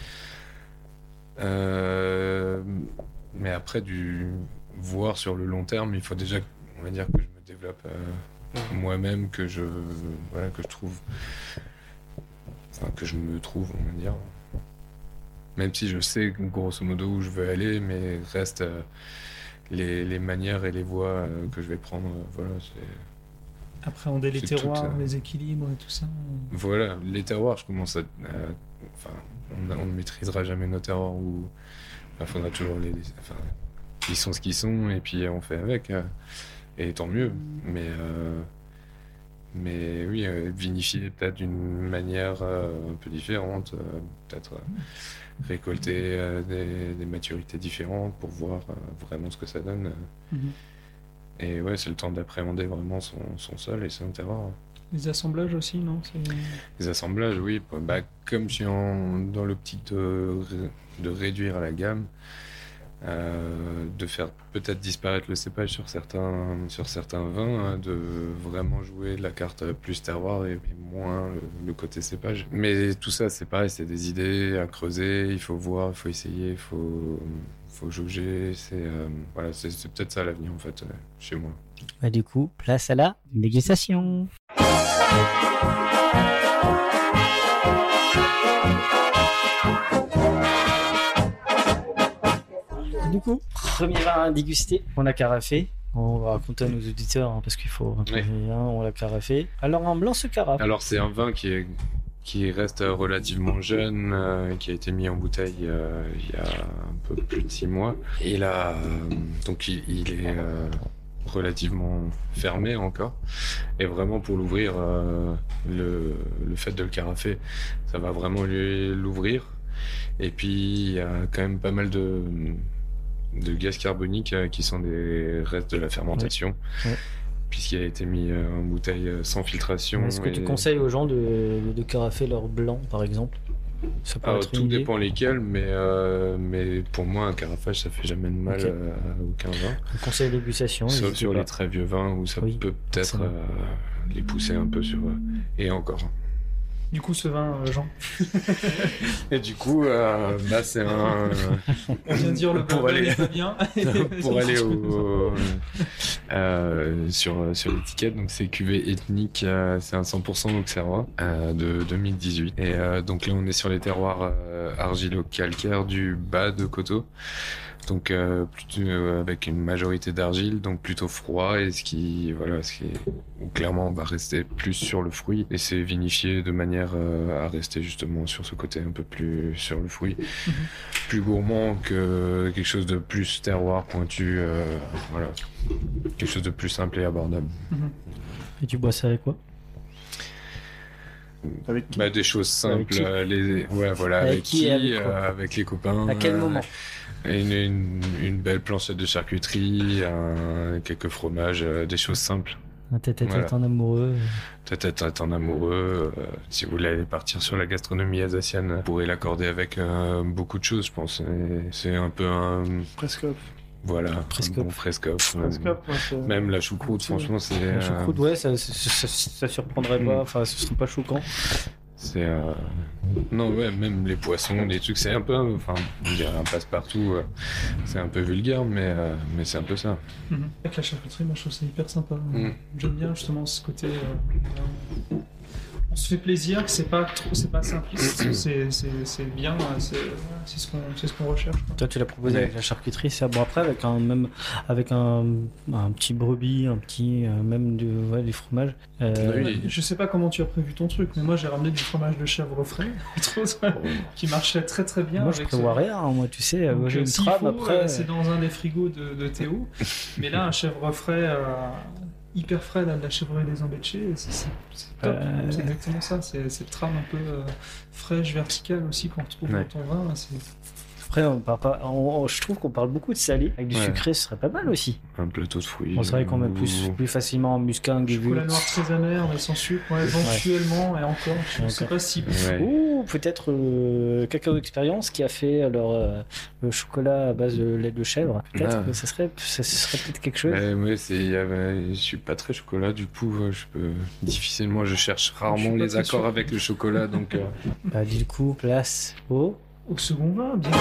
Mais après, voir sur le long terme, il faut déjà, on va dire, que je me développe moi-même, que je trouve, enfin que je me trouve, on va dire. Même si je sais grosso modo où je veux aller, mais reste les manières et les voies que je vais prendre, voilà, c'est... Appréhender les terroirs, les équilibres et tout ça. Voilà, les terroirs, je commence à... Enfin, on ne maîtrisera jamais nos terroirs, ou... Il faudra toujours enfin, ils sont ce qu'ils sont, et puis on fait avec, et tant mieux. Mais oui, vinifier peut-être d'une manière un peu différente, peut-être récolter des maturités différentes pour voir vraiment ce que ça donne. Et ouais, c'est le temps d'appréhender vraiment son sol et son terroir. Les assemblages aussi, non? Les assemblages, oui. Comme je suis dans l'optique de réduire la gamme, de faire peut-être disparaître le cépage sur certains vins, de vraiment jouer la carte plus terroir et moins le côté cépage. Mais tout ça, c'est pareil, c'est des idées à creuser, il faut voir, il faut essayer, il faut jauger. Voilà, c'est peut-être ça l'avenir en fait, chez moi. Du coup, place à la dégustation. Du coup, premier vin à déguster, on l'a carafé. On va raconter à nos auditeurs parce qu'il faut. On l'a carafé. Alors en blanc ce carafe. Alors c'est un vin qui reste relativement jeune, qui a été mis en bouteille il y a un peu plus de 6 mois. Et là, donc il est relativement fermé encore. Et vraiment pour l'ouvrir, le fait de le carafer, ça va vraiment l'ouvrir. Et puis il y a quand même pas mal de gaz carbonique qui sont des restes de la fermentation. Puisqu'il a été mis en bouteille sans filtration. Est-ce que tu conseilles aux gens de carafer leur blanc, par exemple? Tout dépend lesquels, mais pour moi, un carafage, ça fait jamais de mal à aucun vin. On conseille dégustation. Sur les très vieux vins, où ça peut peut-être les pousser un peu sur... Et encore. Du coup, ce vin, Jean. Et du coup, c'est un. On vient de dire le pour blabla aller, est pas bien. pour aller sur l'étiquette, donc c'est cuvée ethnique, c'est un 100% Auxerrois de 2018. Et donc là, on est sur les terroirs argilo-calcaires du bas de Coteau. Donc plutôt avec une majorité d'argile, donc plutôt froid, et ce qui où clairement on va rester plus sur le fruit, et c'est vinifié de manière à rester justement sur ce côté un peu plus sur le fruit, plus gourmand que quelque chose de plus terroir pointu, quelque chose de plus simple et abordable. Et tu bois ça avec quoi? Avec qui? Des choses simples, Avec avec qui qui, et avec quoi? avec les copains. À quel moment? Une belle planchette de charcuterie, quelques fromages, des choses simples. Un tête-à-tête en amoureux. Tête-à-tête en amoureux. Si vous voulez aller partir sur la gastronomie alsacienne, vous pourrez l'accorder avec beaucoup de choses, je pense. Et c'est un peu un... Prescope. Voilà, Prescope. un bon frescope. Prescope, Même la choucroute, franchement, c'est... La choucroute, ouais, ça surprendrait pas, enfin, ce serait pas choquant. C'est non, ouais, même les poissons, les trucs, c'est un peu, enfin, on dirait un passe-partout, c'est un peu vulgaire, mais c'est un peu ça. Avec la charcuterie, moi je trouve ça hyper sympa. J'aime bien justement ce côté. On se fait plaisir, c'est pas simpliste, c'est bien, c'est ce qu'on recherche. Quoi. Toi, tu l'as proposé avec la charcuterie, ça. Bon, après, avec un petit brebis, un petit, même du fromage. Oui. Je sais pas comment tu as prévu ton truc, mais moi j'ai ramené du fromage de chèvre frais, qui marchait très très bien. Moi, je prévois rien, moi, tu sais. Donc, j'ai une s'il trame faut, après. c'est dans un des frigos de Théo, mais là, un chèvre frais. Hyper frais, là, de la chèvrerie des Embêchés, c'est top, c'est exactement ça, c'est cette trame un peu fraîche, verticale aussi qu'on retrouve dans ton vin. Là, Après, je trouve qu'on parle beaucoup de salé, avec du sucré, ce serait pas mal aussi. Un plateau de fruits. Bon, c'est vrai qu'on met plus facilement en muscat, un chocolat noir très amer, mais sans sucre, éventuellement, et encore, je sais pas si... Ou peut-être Cacao d'Expérience qui a fait le chocolat à base de lait de chèvre. Peut-être que ça serait peut-être quelque chose. Je suis pas très chocolat, du coup, je cherche rarement les accords avec le chocolat, donc... Du coup, place au second vin, bien.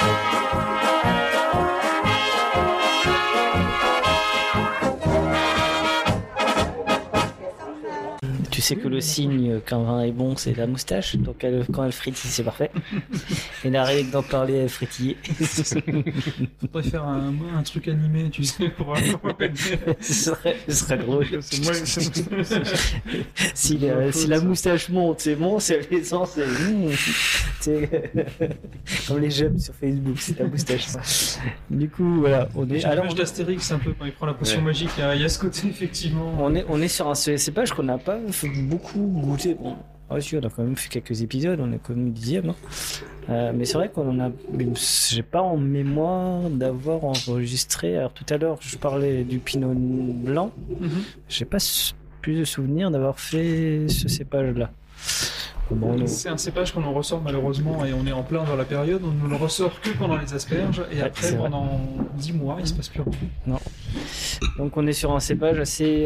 Tu sais que le signe qu'un vin est bon, c'est la moustache. Donc quand elle frétille, c'est parfait. Et la règle d'en parler, elle frétille. Faudrait faire un truc animé, tu sais, pour... ce serait drôle. Si la moustache monte, c'est bon. Si elle descend, c'est comme les j'aime sur Facebook, c'est la moustache. Du coup, voilà. J'ai l'image d'Astérix un peu quand il prend la potion magique. Il y a ce côté, effectivement. On est sur un cépage qu'on n'a pas beaucoup goûté. Bon, si, on a quand même fait quelques épisodes, on est comme le 10e. Mais c'est vrai j'ai pas en mémoire d'avoir enregistré. Alors tout à l'heure, je parlais du pinot blanc. J'ai pas plus de souvenir d'avoir fait ce cépage-là. C'est un cépage qu'on en ressort malheureusement, et on est en plein dans la période, on ne le ressort que pendant les asperges, et après pendant 10 mois il se passe plus rien. Non. Donc on est sur un cépage assez...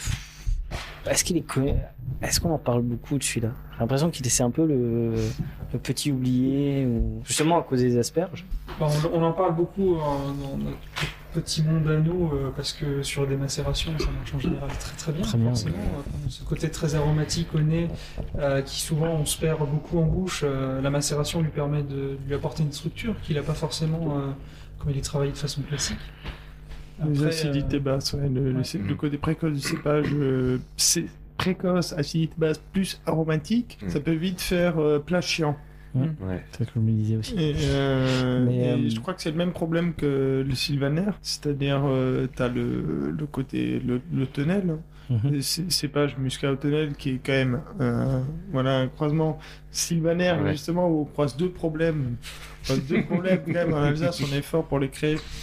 Est-ce qu'on en parle beaucoup de celui-là? J'ai l'impression qu'il c'est un peu le petit oublié, justement à cause des asperges. On en parle beaucoup dans notre petit monde à nous, parce que sur des macérations, ça marche en général très très bien. Très bien, forcément. Ce côté très aromatique au nez, qui souvent on se perd beaucoup en bouche, la macération lui permet de lui apporter une structure qu'il n'a pas forcément comme il est travaillé de façon classique. Les acidités basses, le côté précoce du cépage, c'est précoce, acidité basse plus aromatique, ça peut vite faire plat chiant. C'est ce que je me disais aussi. Et je crois que c'est le même problème que le sylvaner, c'est-à-dire t'as le côté le tonnelle, cépage muscat au tonnelle qui est quand même un croisement sylvaner justement où on croise deux problèmes quand même en Alsace, on est fort pour les créer.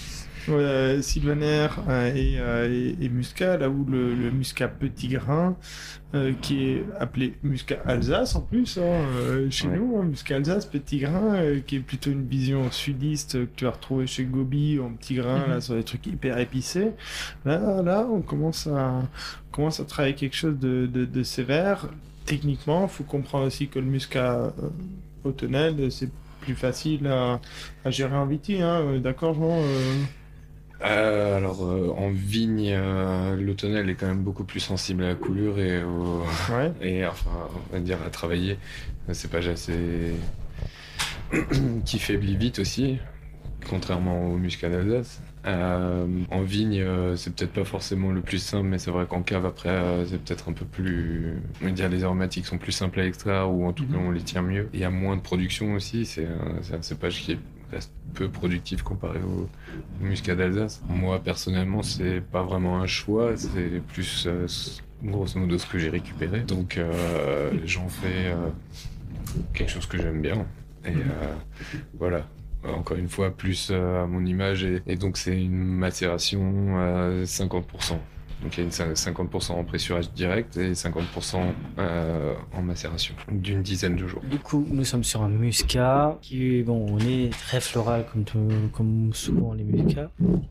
Sylvaner et Muscat, là où le Muscat petit grain, qui est appelé Muscat Alsace en plus, chez nous, Muscat Alsace petit grain, qui est plutôt une vision sudiste que tu vas retrouver chez Gobi en petit grain, là, sur des trucs hyper épicés. Là, on commence à travailler quelque chose de sévère. Techniquement, il faut comprendre aussi que le Muscat Autonel, c'est plus facile à gérer en viti, hein, d'accord, Jean Alors, en vigne, l'automnal est quand même beaucoup plus sensible à la coulure et enfin, on va dire à travailler. Le cépage assez qui faiblit vite aussi, contrairement au Muscat d'Alsace. En vigne, c'est peut-être pas forcément le plus simple, mais c'est vrai qu'en cave, après, c'est peut-être un peu plus... On va dire les aromatiques sont plus simples à extraire, ou en tout cas, on les tient mieux. Il y a moins de production aussi, c'est un cépage qui reste peu productif comparé au Muscat d'Alsace. Moi, personnellement, c'est pas vraiment un choix, c'est plus, grosso modo, ce que j'ai récupéré. Donc, j'en fais quelque chose que j'aime bien. Et voilà. Encore une fois, plus à mon image, et donc c'est une macération à 50%. Donc il y a une 50% en pressurage direct et 50% en macération, d'une dizaine de jours. Du coup, nous sommes sur un muscat qui est, bon, on est très floral comme souvent les muscats.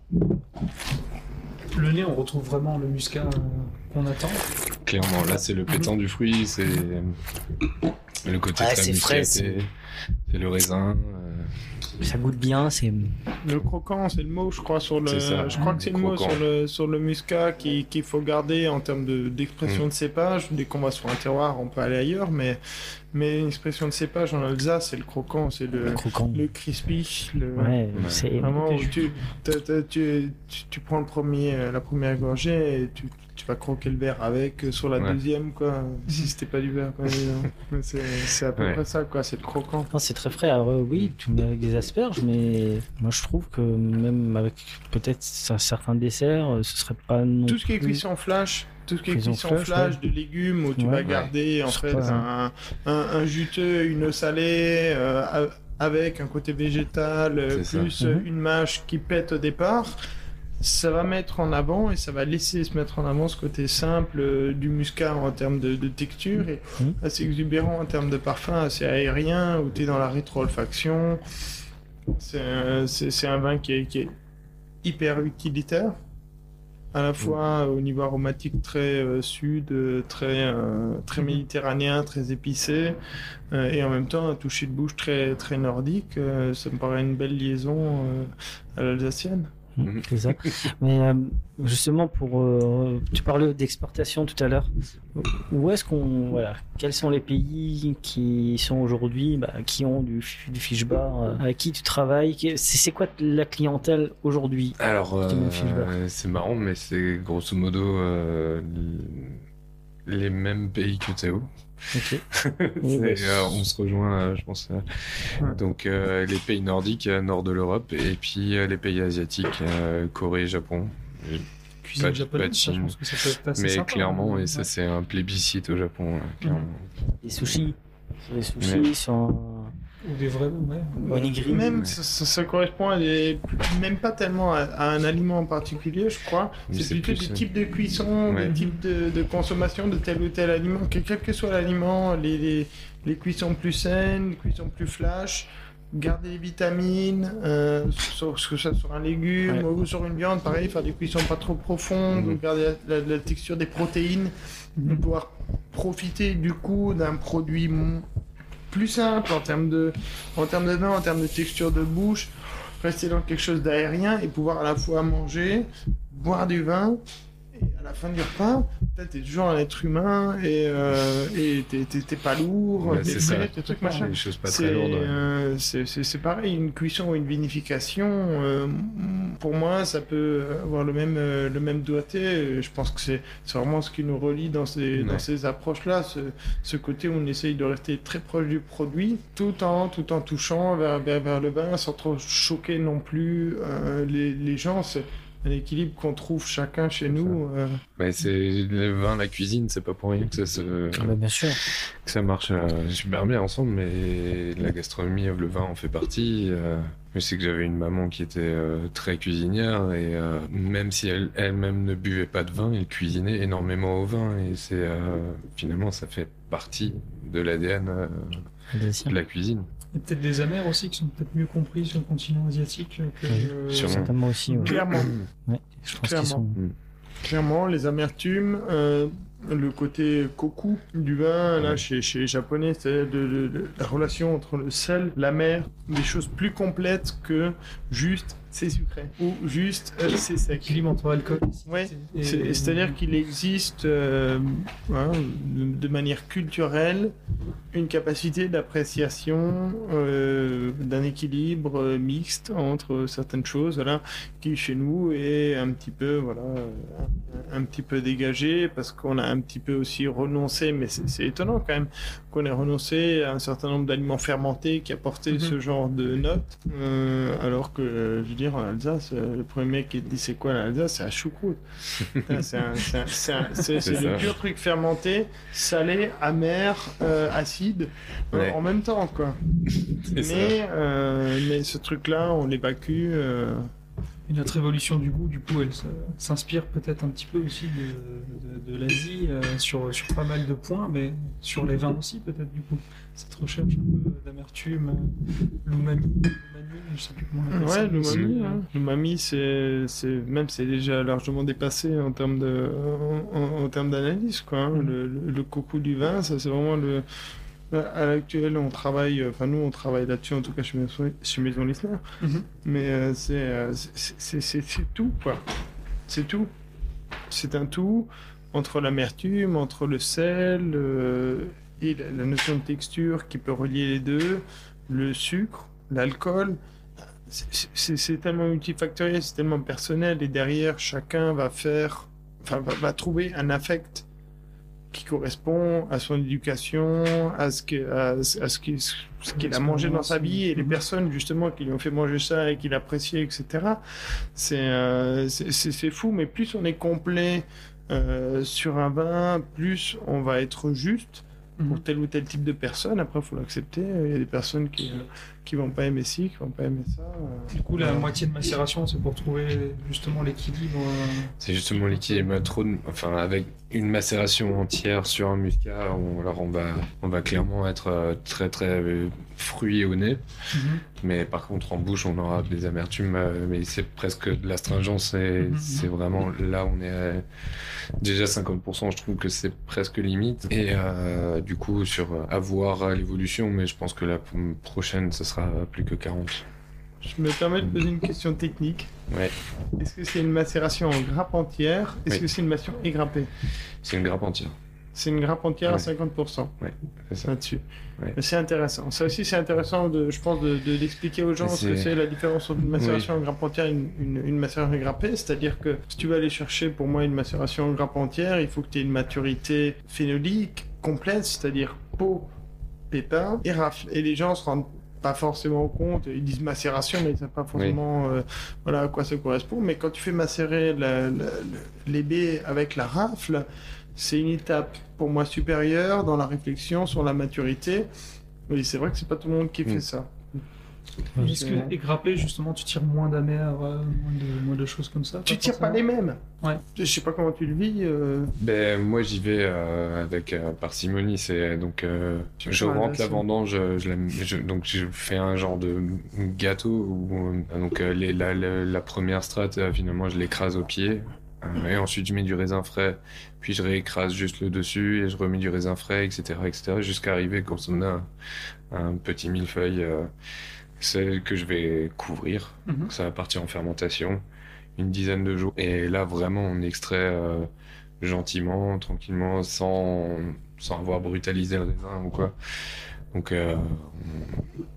Le nez, on retrouve vraiment le muscat qu'on attend. Clairement, là c'est le pétant du fruit, c'est le côté très muscat, c'est le raisin. Ça goûte bien, c'est... Le croquant, c'est le mot, je crois, sur le... Je crois que c'est le mot sur le muscat qu'il faut garder en termes d'expression de cépage. Dès qu'on va sur un terroir, on peut aller ailleurs, mais une expression de cépage en Alsace, c'est le croquant, c'est le crispy. C'est... Vraiment, où tu prends la première gorgée et tu vas croquer le verre avec sur la deuxième, quoi. Si c'était pas du verre, quoi. C'est à peu près ça, quoi. C'est le croquant. Non, c'est très frais. Alors, oui, tu mets avec des asperges, mais moi je trouve que même avec peut-être certains desserts, ce serait pas non tout ce qui est cuisson flash. Tout ce qui est cuisson flash de légumes où tu vas garder en fait un juteux, une eau salée avec un côté végétal, plus une mâche qui pète au départ. Ça va mettre en avant et ça va laisser se mettre en avant ce côté simple du muscat en termes de texture et assez exubérant en termes de parfum, assez aérien, où tu es dans la rétro-olfaction. C'est un vin qui est hyper utilitaire, à la fois au niveau aromatique très sud, très méditerranéen, très épicé, et en même temps un toucher de bouche très, très nordique. Ça me paraît une belle liaison à l'alsacienne. C'est ça. Mais justement, tu parlais d'exportation tout à l'heure. Où est-ce quels sont les pays qui sont aujourd'hui, qui ont du fish bar, avec qui tu travailles? C'est quoi la clientèle aujourd'hui? Alors, c'est marrant, mais c'est grosso modo les mêmes pays que Théo. Okay. On se rejoint, je pense. Donc les pays nordiques, nord de l'Europe, et puis les pays asiatiques, Corée, Japon. Cuisine japonaise, je pense que ça peut être assez sympa, clairement, et ça c'est un plébiscite au Japon. Clairement. Les sushis. Les sushis sont... Ou des vrais onigiri. Même ça correspond même pas tellement à un aliment en particulier, je crois. C'est plutôt des types de cuisson, des types de consommation de tel ou tel aliment. Quel que soit l'aliment, les cuissons plus saines, les cuissons plus flash, garder les vitamines, que ce soit sur un légume ou sur une viande, pareil, faire des cuissons pas trop profondes, garder la texture des protéines, pouvoir profiter du coup d'un produit plus simple en termes de vin, en termes de texture de bouche, rester dans quelque chose d'aérien et pouvoir à la fois manger, boire du vin, et à la fin du repas, t'es toujours un être humain et t'es pas lourd, c'est ça. Des trucs machin. Des choses pas très lourdes. C'est pareil, une cuisson ou une vinification, pour moi, ça peut avoir le même doigté. Je pense que c'est vraiment ce qui nous relie dans ces approches-là, ce côté où on essaye de rester très proche du produit, tout en touchant vers le vin, sans trop choquer non plus les gens. un équilibre qu'on trouve chacun chez nous. Mais c'est le vin, la cuisine, c'est pas pour rien que Bien sûr. que ça marche super bien ensemble, mais la gastronomie, le vin en fait partie. Je sais que j'avais une maman qui était très cuisinière et même si elle-même ne buvait pas de vin, elle cuisinait énormément au vin et c'est finalement ça fait partie de l'ADN de la cuisine. Il y a peut-être des amers aussi qui sont peut-être mieux compris sur le continent asiatique que... Sûrement. Certainement aussi. Ouais. Clairement. Ouais, je pense qu'ils sont... Clairement, les amertumes, le côté koku du vin, là, chez les Japonais, c'est la relation entre le sel, la mer, des choses plus complètes que juste c'est sucré ou juste c'est sec. L'équilibre entre alcool Ouais, c'est-à-dire qu'il existe de manière culturelle une capacité d'appréciation d'un équilibre mixte entre certaines choses, voilà, qui chez nous est un petit peu, un petit peu dégagé parce qu'on a un petit peu aussi renoncé, mais c'est étonnant quand même qu'on ait renoncé à un certain nombre d'aliments fermentés qui apportaient ce genre de notes, alors que, je veux dire, en Alsace, le premier mec qui dit c'est quoi l'Alsace, c'est la choucroute. C'est le pur truc fermenté, salé, amer, acide, en même temps, quoi. Mais ce truc-là, on l'évacue. Et notre évolution du goût, du coup, elle s'inspire peut-être un petit peu aussi de l'Asie sur pas mal de points, mais sur les vins aussi, peut-être, du coup. Cette recherche un peu d'amertume, l'umami, je sais plus comment on appelle ça. L'umami, l'umami, c'est déjà largement dépassé en termes d'analyse, quoi. Hein. Le coco du vin, ça c'est vraiment le... À l'actuel, on travaille, nous on travaille là-dessus, en tout cas chez Maison Lissner, mais c'est tout, quoi. C'est tout. C'est un tout entre l'amertume, entre le sel et la notion de texture qui peut relier les deux, le sucre, l'alcool. C'est tellement multifactoriel, c'est tellement personnel, et derrière, chacun va trouver un affect qui correspond à son éducation, à ce qu'il a mangé dans sa vie, et les personnes justement qui lui ont fait manger ça et qui l'appréciaient, etc. C'est fou, mais plus on est complet sur un vin, plus on va être juste pour tel ou tel type de personne. Après, il faut l'accepter. Il y a des personnes qui vont pas aimer ci, qui vont pas aimer ça. Du coup, la moitié de macération, c'est pour trouver justement l'équilibre. C'est justement l'équilibre. Avec une macération entière sur un muscat, on va clairement être très très fruit au nez. Mais par contre, en bouche, on aura des amertumes. Mais c'est presque de l'astringence. C'est vraiment là, on est déjà 50%. Je trouve que c'est presque limite. Et du coup, à voir l'évolution. Mais je pense que la prochaine, ce sera plus que 40. Je me permets de poser une question technique. Ouais. Est-ce que c'est une macération en grappe entière? Est-ce que c'est une macération égrappée? C'est une grappe entière. C'est une grappe entière à 50%. Ouais, c'est ça. Là-dessus. Ouais. C'est intéressant. Ça aussi, c'est intéressant, je pense, d'expliquer aux gens ce que c'est la différence entre une macération en grappe entière et une macération égrappée. C'est-à-dire que si tu veux aller chercher, pour moi, une macération en grappe entière, il faut que tu aies une maturité phénolique complète, c'est-à-dire peau, pépins et rafle. Et les gens se rendent pas forcément compte, ils disent macération, mais ils savent pas forcément à quoi ça correspond. Mais quand tu fais macérer les baies avec la rafle, c'est une étape pour moi supérieure dans la réflexion sur la maturité. Oui, c'est vrai que c'est pas tout le monde qui fait ça. Est-ce que égrappé, justement, tu tires moins d'amer, moins de choses comme ça? Tu tires pas les mêmes. Ouais. Je sais pas comment tu le vis. Moi, j'y vais avec parcimonie. C'est donc je rentre la vendange, donc je fais un genre de gâteau où la première strate finalement je l'écrase au pied. Et ensuite je mets du raisin frais, puis je réécrase juste le dessus et je remets du raisin frais, etc., jusqu'à arriver comme ça on a un petit millefeuille que je vais couvrir. Ça va partir en fermentation une dizaine de jours. Et là vraiment on extrait gentiment, tranquillement, sans avoir brutalisé le raisin ou quoi. Donc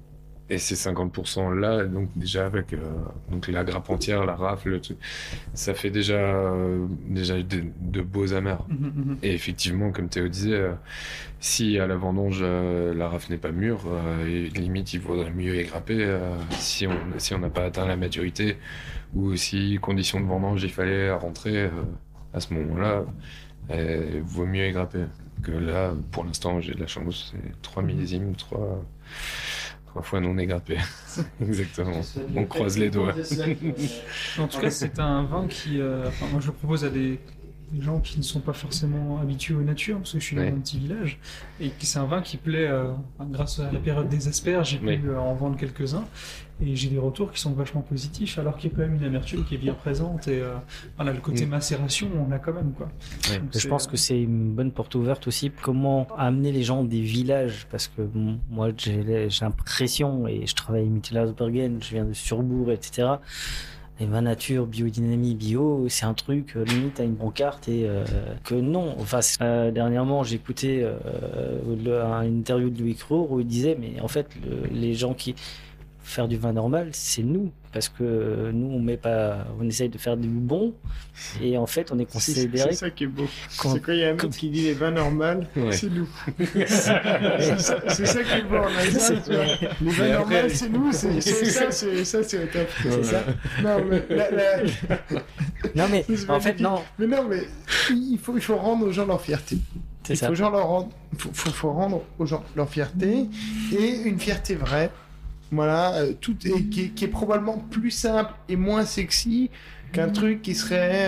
Et ces 50% là, donc déjà avec donc la grappe entière, la rafle, le truc, ça fait déjà de beaux amers. Et effectivement, comme Théo disait, si à la vendange la rafle n'est pas mûre, limite il vaudrait mieux égrapper si on n'a pas atteint la maturité, ou si conditions de vendange il fallait rentrer à ce moment-là, vaut mieux égrapper. Que là, pour l'instant, j'ai de la chance, c'est 3 millésimes, 3 fois non égrappé. Exactement. On croise les doigts. En tout cas, c'est un vin qui... moi, je le propose à des gens qui ne sont pas forcément habitués aux natures, parce que je suis dans un petit village, et c'est un vin qui plaît, grâce à la période des asperges, j'ai pu en vendre quelques-uns, et j'ai des retours qui sont vachement positifs, alors qu'il y a quand même une amertume qui est bien présente, et voilà, le côté macération, on l'a quand même, quoi. Donc, je pense que c'est une bonne porte ouverte aussi. Comment amener les gens des villages, parce que moi j'ai l'impression, et je travaille à Mittelhausbergen, je viens de Surbourg, etc. Les vins nature, biodynamie, bio, c'est un truc limite à une pancarte et que non. Enfin, dernièrement, j'ai écouté une interview de Louis Crour où il disait, mais en fait, les gens qui faire du vin normal, c'est nous, parce que nous, on essaye de faire du bon, et en fait, on est considéré. C'est ça qui est beau. C'est quand il y a un mec qui dit les vins normales, c'est nous. c'est ça qui est beau. Les vins normales, c'est nous. C'est ça, c'est au top. C'est ça. Non, mais non, mais en fait, non. Mais non, mais il faut rendre aux gens leur fierté. Il faut rendre aux gens leur fierté, et une fierté vraie. Voilà, qui est probablement plus simple et moins sexy qu'un truc qui serait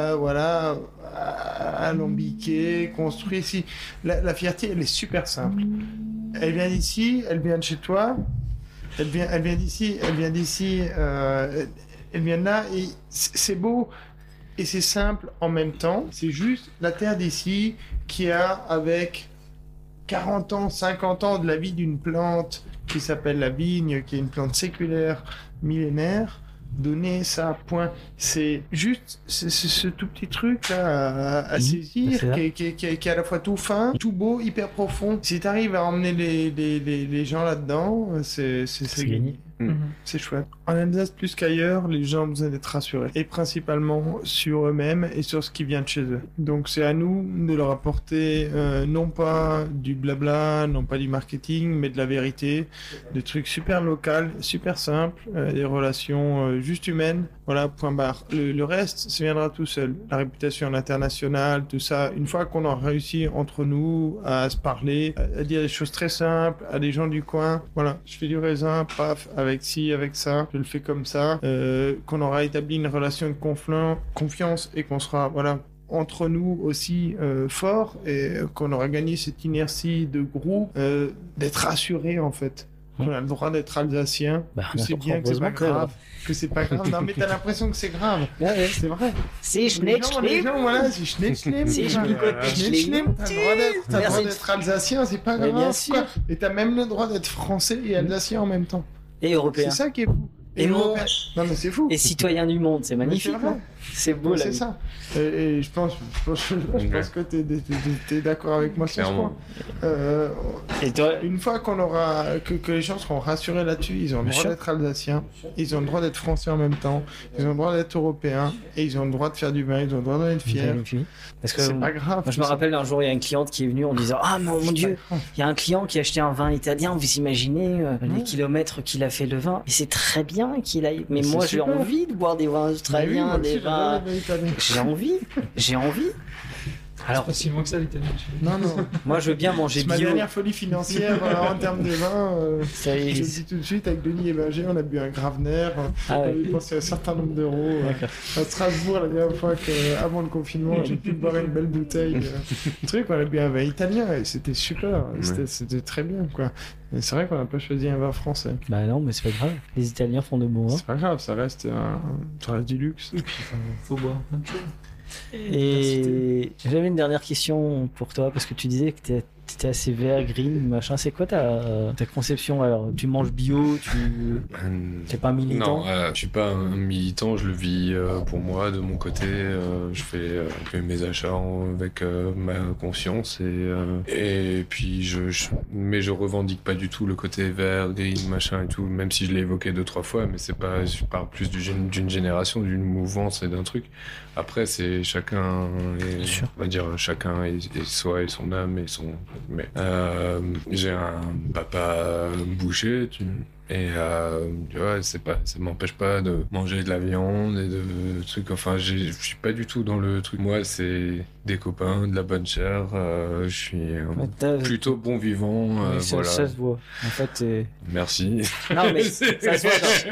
alambiqué, construit ici. La fierté, elle est super simple. Elle vient d'ici, elle vient de chez toi, elle vient d'ici, elle vient de là, et c'est beau et c'est simple en même temps. C'est juste la terre d'ici qui a, avec 40 ans, 50 ans de la vie d'une plante qui s'appelle la vigne, qui est une plante séculaire, millénaire, donner ça, point. C'est juste ce tout petit truc là à saisir, qui est à la fois tout fin, tout beau, hyper profond. Si tu arrives à emmener les gens là-dedans, c'est gagné. C'est chouette. En Alsace, plus qu'ailleurs, les gens ont besoin d'être rassurés. Et principalement sur eux-mêmes et sur ce qui vient de chez eux. Donc c'est à nous de leur apporter non pas du blabla, non pas du marketing, mais de la vérité, des trucs super locaux, super simples, des relations juste humaines. Voilà, point barre. Le reste, ça viendra tout seul. La réputation internationale, tout ça. Une fois qu'on a réussi entre nous à se parler, à dire des choses très simples à des gens du coin. Voilà, je fais du raisin, paf, avec ci, avec ça, je le fais comme ça, qu'on aura établi une relation de confiance et qu'on sera, voilà, entre nous aussi fort, et qu'on aura gagné cette inertie de groupe, d'être rassuré en fait. On a le droit d'être alsacien, que c'est bien, que c'est pas grave, que c'est pas grave. Non mais t'as l'impression que c'est grave. Ouais. C'est vrai. C'est schneck-schneck. Les gens, voilà, c'est schneck-schneck. C'est schneck-schneck. T'as le droit d'être alsacien, c'est pas grave. Bien sûr. Quoi. Et t'as même le droit d'être français et alsacien en même temps. Et européen. C'est ça qui est beau. Et non mais c'est fou. Et citoyen du monde, c'est magnifique. C'est beau là. C'est ça. Et je pense que t'es d'accord avec moi sur ce point. Et toi... Une fois qu'on aura que les gens seront rassurés là-dessus, ils ont le droit d'être alsaciens, ils ont le droit d'être français en même temps, ils ont le droit d'être européens, et ils ont le droit de faire du vin, ils ont le droit d'être fiers. Parce que c'est pas grave. Moi, je me rappelle un jour, il y a une cliente qui est venue en disant mon Dieu, il y a un client qui a acheté un vin italien. Vous imaginez les kilomètres qu'il a fait le vin. Et c'est très bien qu'il aille. Mais moi, j'ai envie de boire des vins australiens, des vins. J'ai envie. Alors, c'est pas si loin que ça, l'Italie. Non. Moi, je veux bien manger bio. C'est ma dernière folie financière en termes de vin. Je le dis tout de suite, avec Denis et Berger, on a bu un Gravener. On a dépensé un certain nombre d'euros. À Strasbourg, la dernière fois avant le confinement, j'ai pu boire une belle bouteille. On a bu un vin italien et c'était super. C'était très bien, quoi. Et c'est vrai qu'on n'a pas choisi un vin français. Bah non, mais c'est pas grave. Les Italiens font de bons vins. C'est pas grave, ça reste du luxe. Et puis, faut boire plein de choses. Et j'avais une dernière question pour toi, parce que tu disais que t'étais assez vert, green, machin. C'est quoi ta conception? Alors, tu manges bio, t'es pas militant? Non, je suis pas un militant, je le vis pour moi, de mon côté. Je fais mes achats avec ma conscience et puis mais je revendique pas du tout le côté vert, green, machin et tout, même si je l'ai évoqué 2-3 fois, mais c'est pas, je parle plus d'une génération, d'une mouvance et d'un truc. Après, c'est chacun, on va dire chacun et soi et son âme et son. Mais j'ai un papa boucher, et tu vois, ça m'empêche pas de manger de la viande et de trucs. Enfin, je suis pas du tout dans le truc. Moi, c'est des copains, de la bonne chair. Je suis plutôt bon vivant. Voilà. Ça se voit. En fait, merci. Non mais ça se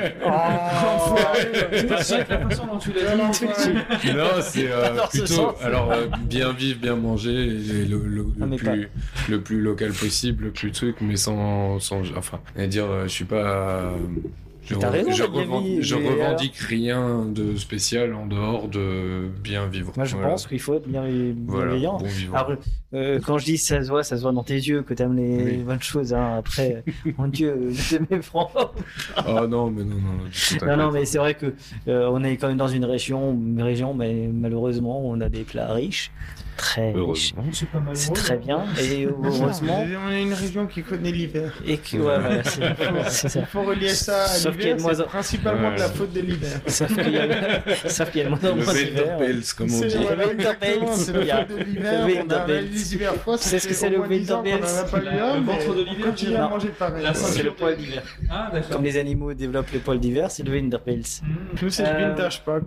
voit. C'est la façon dont tu l'as dit. Non, c'est plutôt bien vivre, bien manger, et le plus local possible, le plus truc, mais sans enfin, à dire, je suis pas. Je revendique rien de spécial en dehors de bien vivre. Moi, je pense qu'il faut être bienveillant. Voilà, bon vivant. Alors, quand je dis ça se voit dans tes yeux que t'aimes les bonnes choses. Hein. Après, mon Dieu, c'est mes francs. Oh non, mais non. Non, mais c'est vrai que on est quand même dans une région, mais malheureusement, on a des plats riches. Très riche. C'est très bien. Et heureusement. On est une région qui connaît l'hiver. Et que, ouais, voilà, c'est ça. Il faut relier ça à l'hiver, c'est principalement de la faute de l'hiver. Sauf qu'il y a moins d'hiver. Le Winterpels, comme on dit. C'est la faute de l'hiver. On a les hivers froids. C'est ce que c'est le Winterpels. On n'a pas eu un, Le ventre de l'hiver, continue à manger pareil. C'est le poil d'hiver. Ah, d'accord. Comme les animaux développent les poils d'hiver, c'est le Winterpels. Nous, c'est le vintage pack.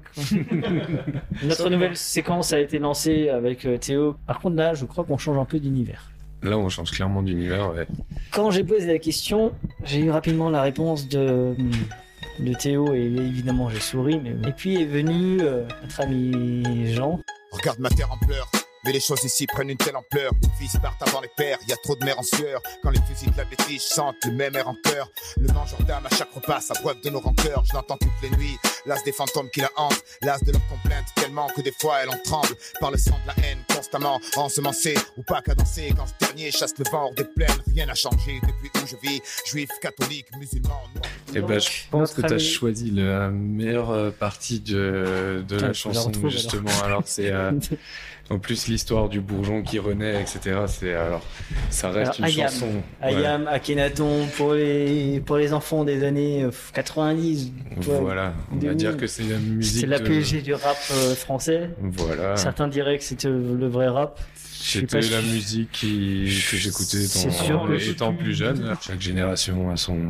Notre nouvelle séquence a été lancée avec Théo. Par contre, là, je crois qu'on change un peu d'univers. Là, on change clairement d'univers, ouais. Quand j'ai posé la question, j'ai eu rapidement la réponse de Théo et évidemment j'ai souri. Et puis est venu notre ami Jean. Regarde ma terre en pleurs. Mais les choses ici prennent une telle ampleur. Les fils partent avant les pères, y a trop de mères en sueur. Quand les fusils de la bêtise chantent le même air en chœur. Le mangeur d'âme à chaque repas s'abreuve de nos rancœurs. Je l'entends toutes les nuits, l'as des fantômes qui la hantent. L'as de leurs complaintes tellement que des fois elle en tremble. Par le sang de la haine constamment ensemencé ou pas cadencé. Quand ce dernier chasse le vent hors des plaines, rien n'a changé depuis où je vis. Juif, catholique, musulman. Eh ben, je pense que tu as choisi la meilleure partie de la chanson, justement. Alors, c'est en plus l'histoire du bourgeon qui renaît, etc. Ça reste une chanson. Ayam, Akhenaton pour les enfants des années 90. Voilà, on va dire que c'est la musique. C'est l'apogée du rap français. Voilà. Certains diraient que c'était le vrai rap. C'était la musique que j'écoutais étant plus jeune. Chaque génération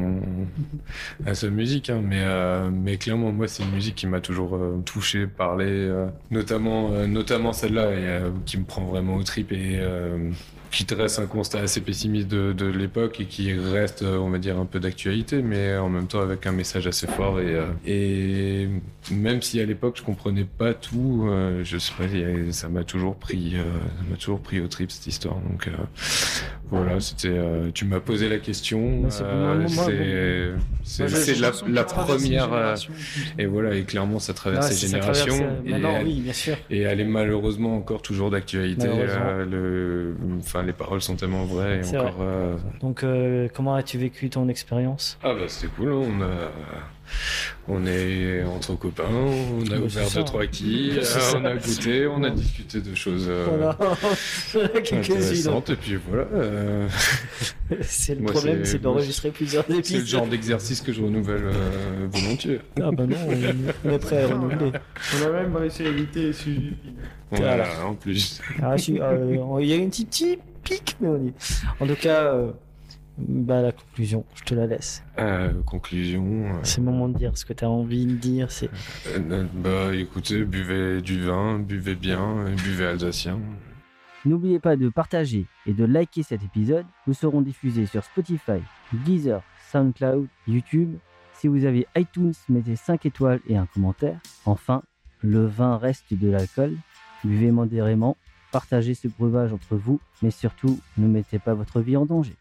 a sa musique, hein, mais clairement, moi, c'est une musique qui m'a toujours touché, parlé, notamment celle-là, qui me prend vraiment aux tripes et qui dresse un constat assez pessimiste de l'époque et qui reste, on va dire, un peu d'actualité, mais en même temps avec un message assez fort. Et même si à l'époque je comprenais pas tout, je sais pas, ça m'a toujours pris au trip cette histoire. Donc voilà, c'était. Tu m'as posé la question. C'est la première. Et voilà, et clairement ça traverse les générations. Oui, bien sûr. Et elle est malheureusement encore toujours d'actualité. Les paroles sont tellement vraies. Et encore, vrai. Donc, comment as-tu vécu ton expérience ? Ah bah c'était cool, on est entre copains, on a ouvert 2-3 quilles, on a goûté, on a discuté de choses intéressantes, et puis voilà. C'est le problème, c'est d'enregistrer plusieurs épisodes. C'est le genre d'exercice que je renouvelle volontiers. Ah bah non, on est prêt à renouveler. On a même réussi à éviter les Voilà, en plus. Il y a une petite pique, mais on y... En tout cas... la conclusion, je te la laisse. Conclusion. C'est le moment de dire ce que tu as envie de dire. Écoutez, buvez du vin, buvez bien, buvez alsacien. N'oubliez pas de partager et de liker cet épisode. Nous serons diffusés sur Spotify, Deezer, SoundCloud, YouTube. Si vous avez iTunes, mettez 5 étoiles et un commentaire. Enfin, le vin reste de l'alcool. Buvez modérément, partagez ce breuvage entre vous, mais surtout, ne mettez pas votre vie en danger.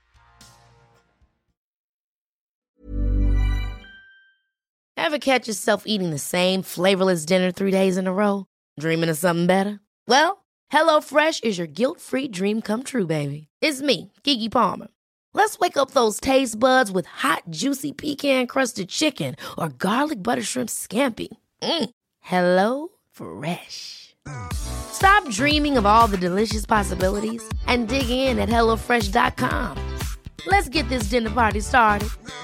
Ever catch yourself eating the same flavorless dinner 3 days in a row? Dreaming of something better? Well, HelloFresh is your guilt-free dream come true, baby. It's me, Keke Palmer. Let's wake up those taste buds with hot, juicy pecan-crusted chicken or garlic butter shrimp scampi. Hello Fresh. Stop dreaming of all the delicious possibilities and dig in at HelloFresh.com. Let's get this dinner party started.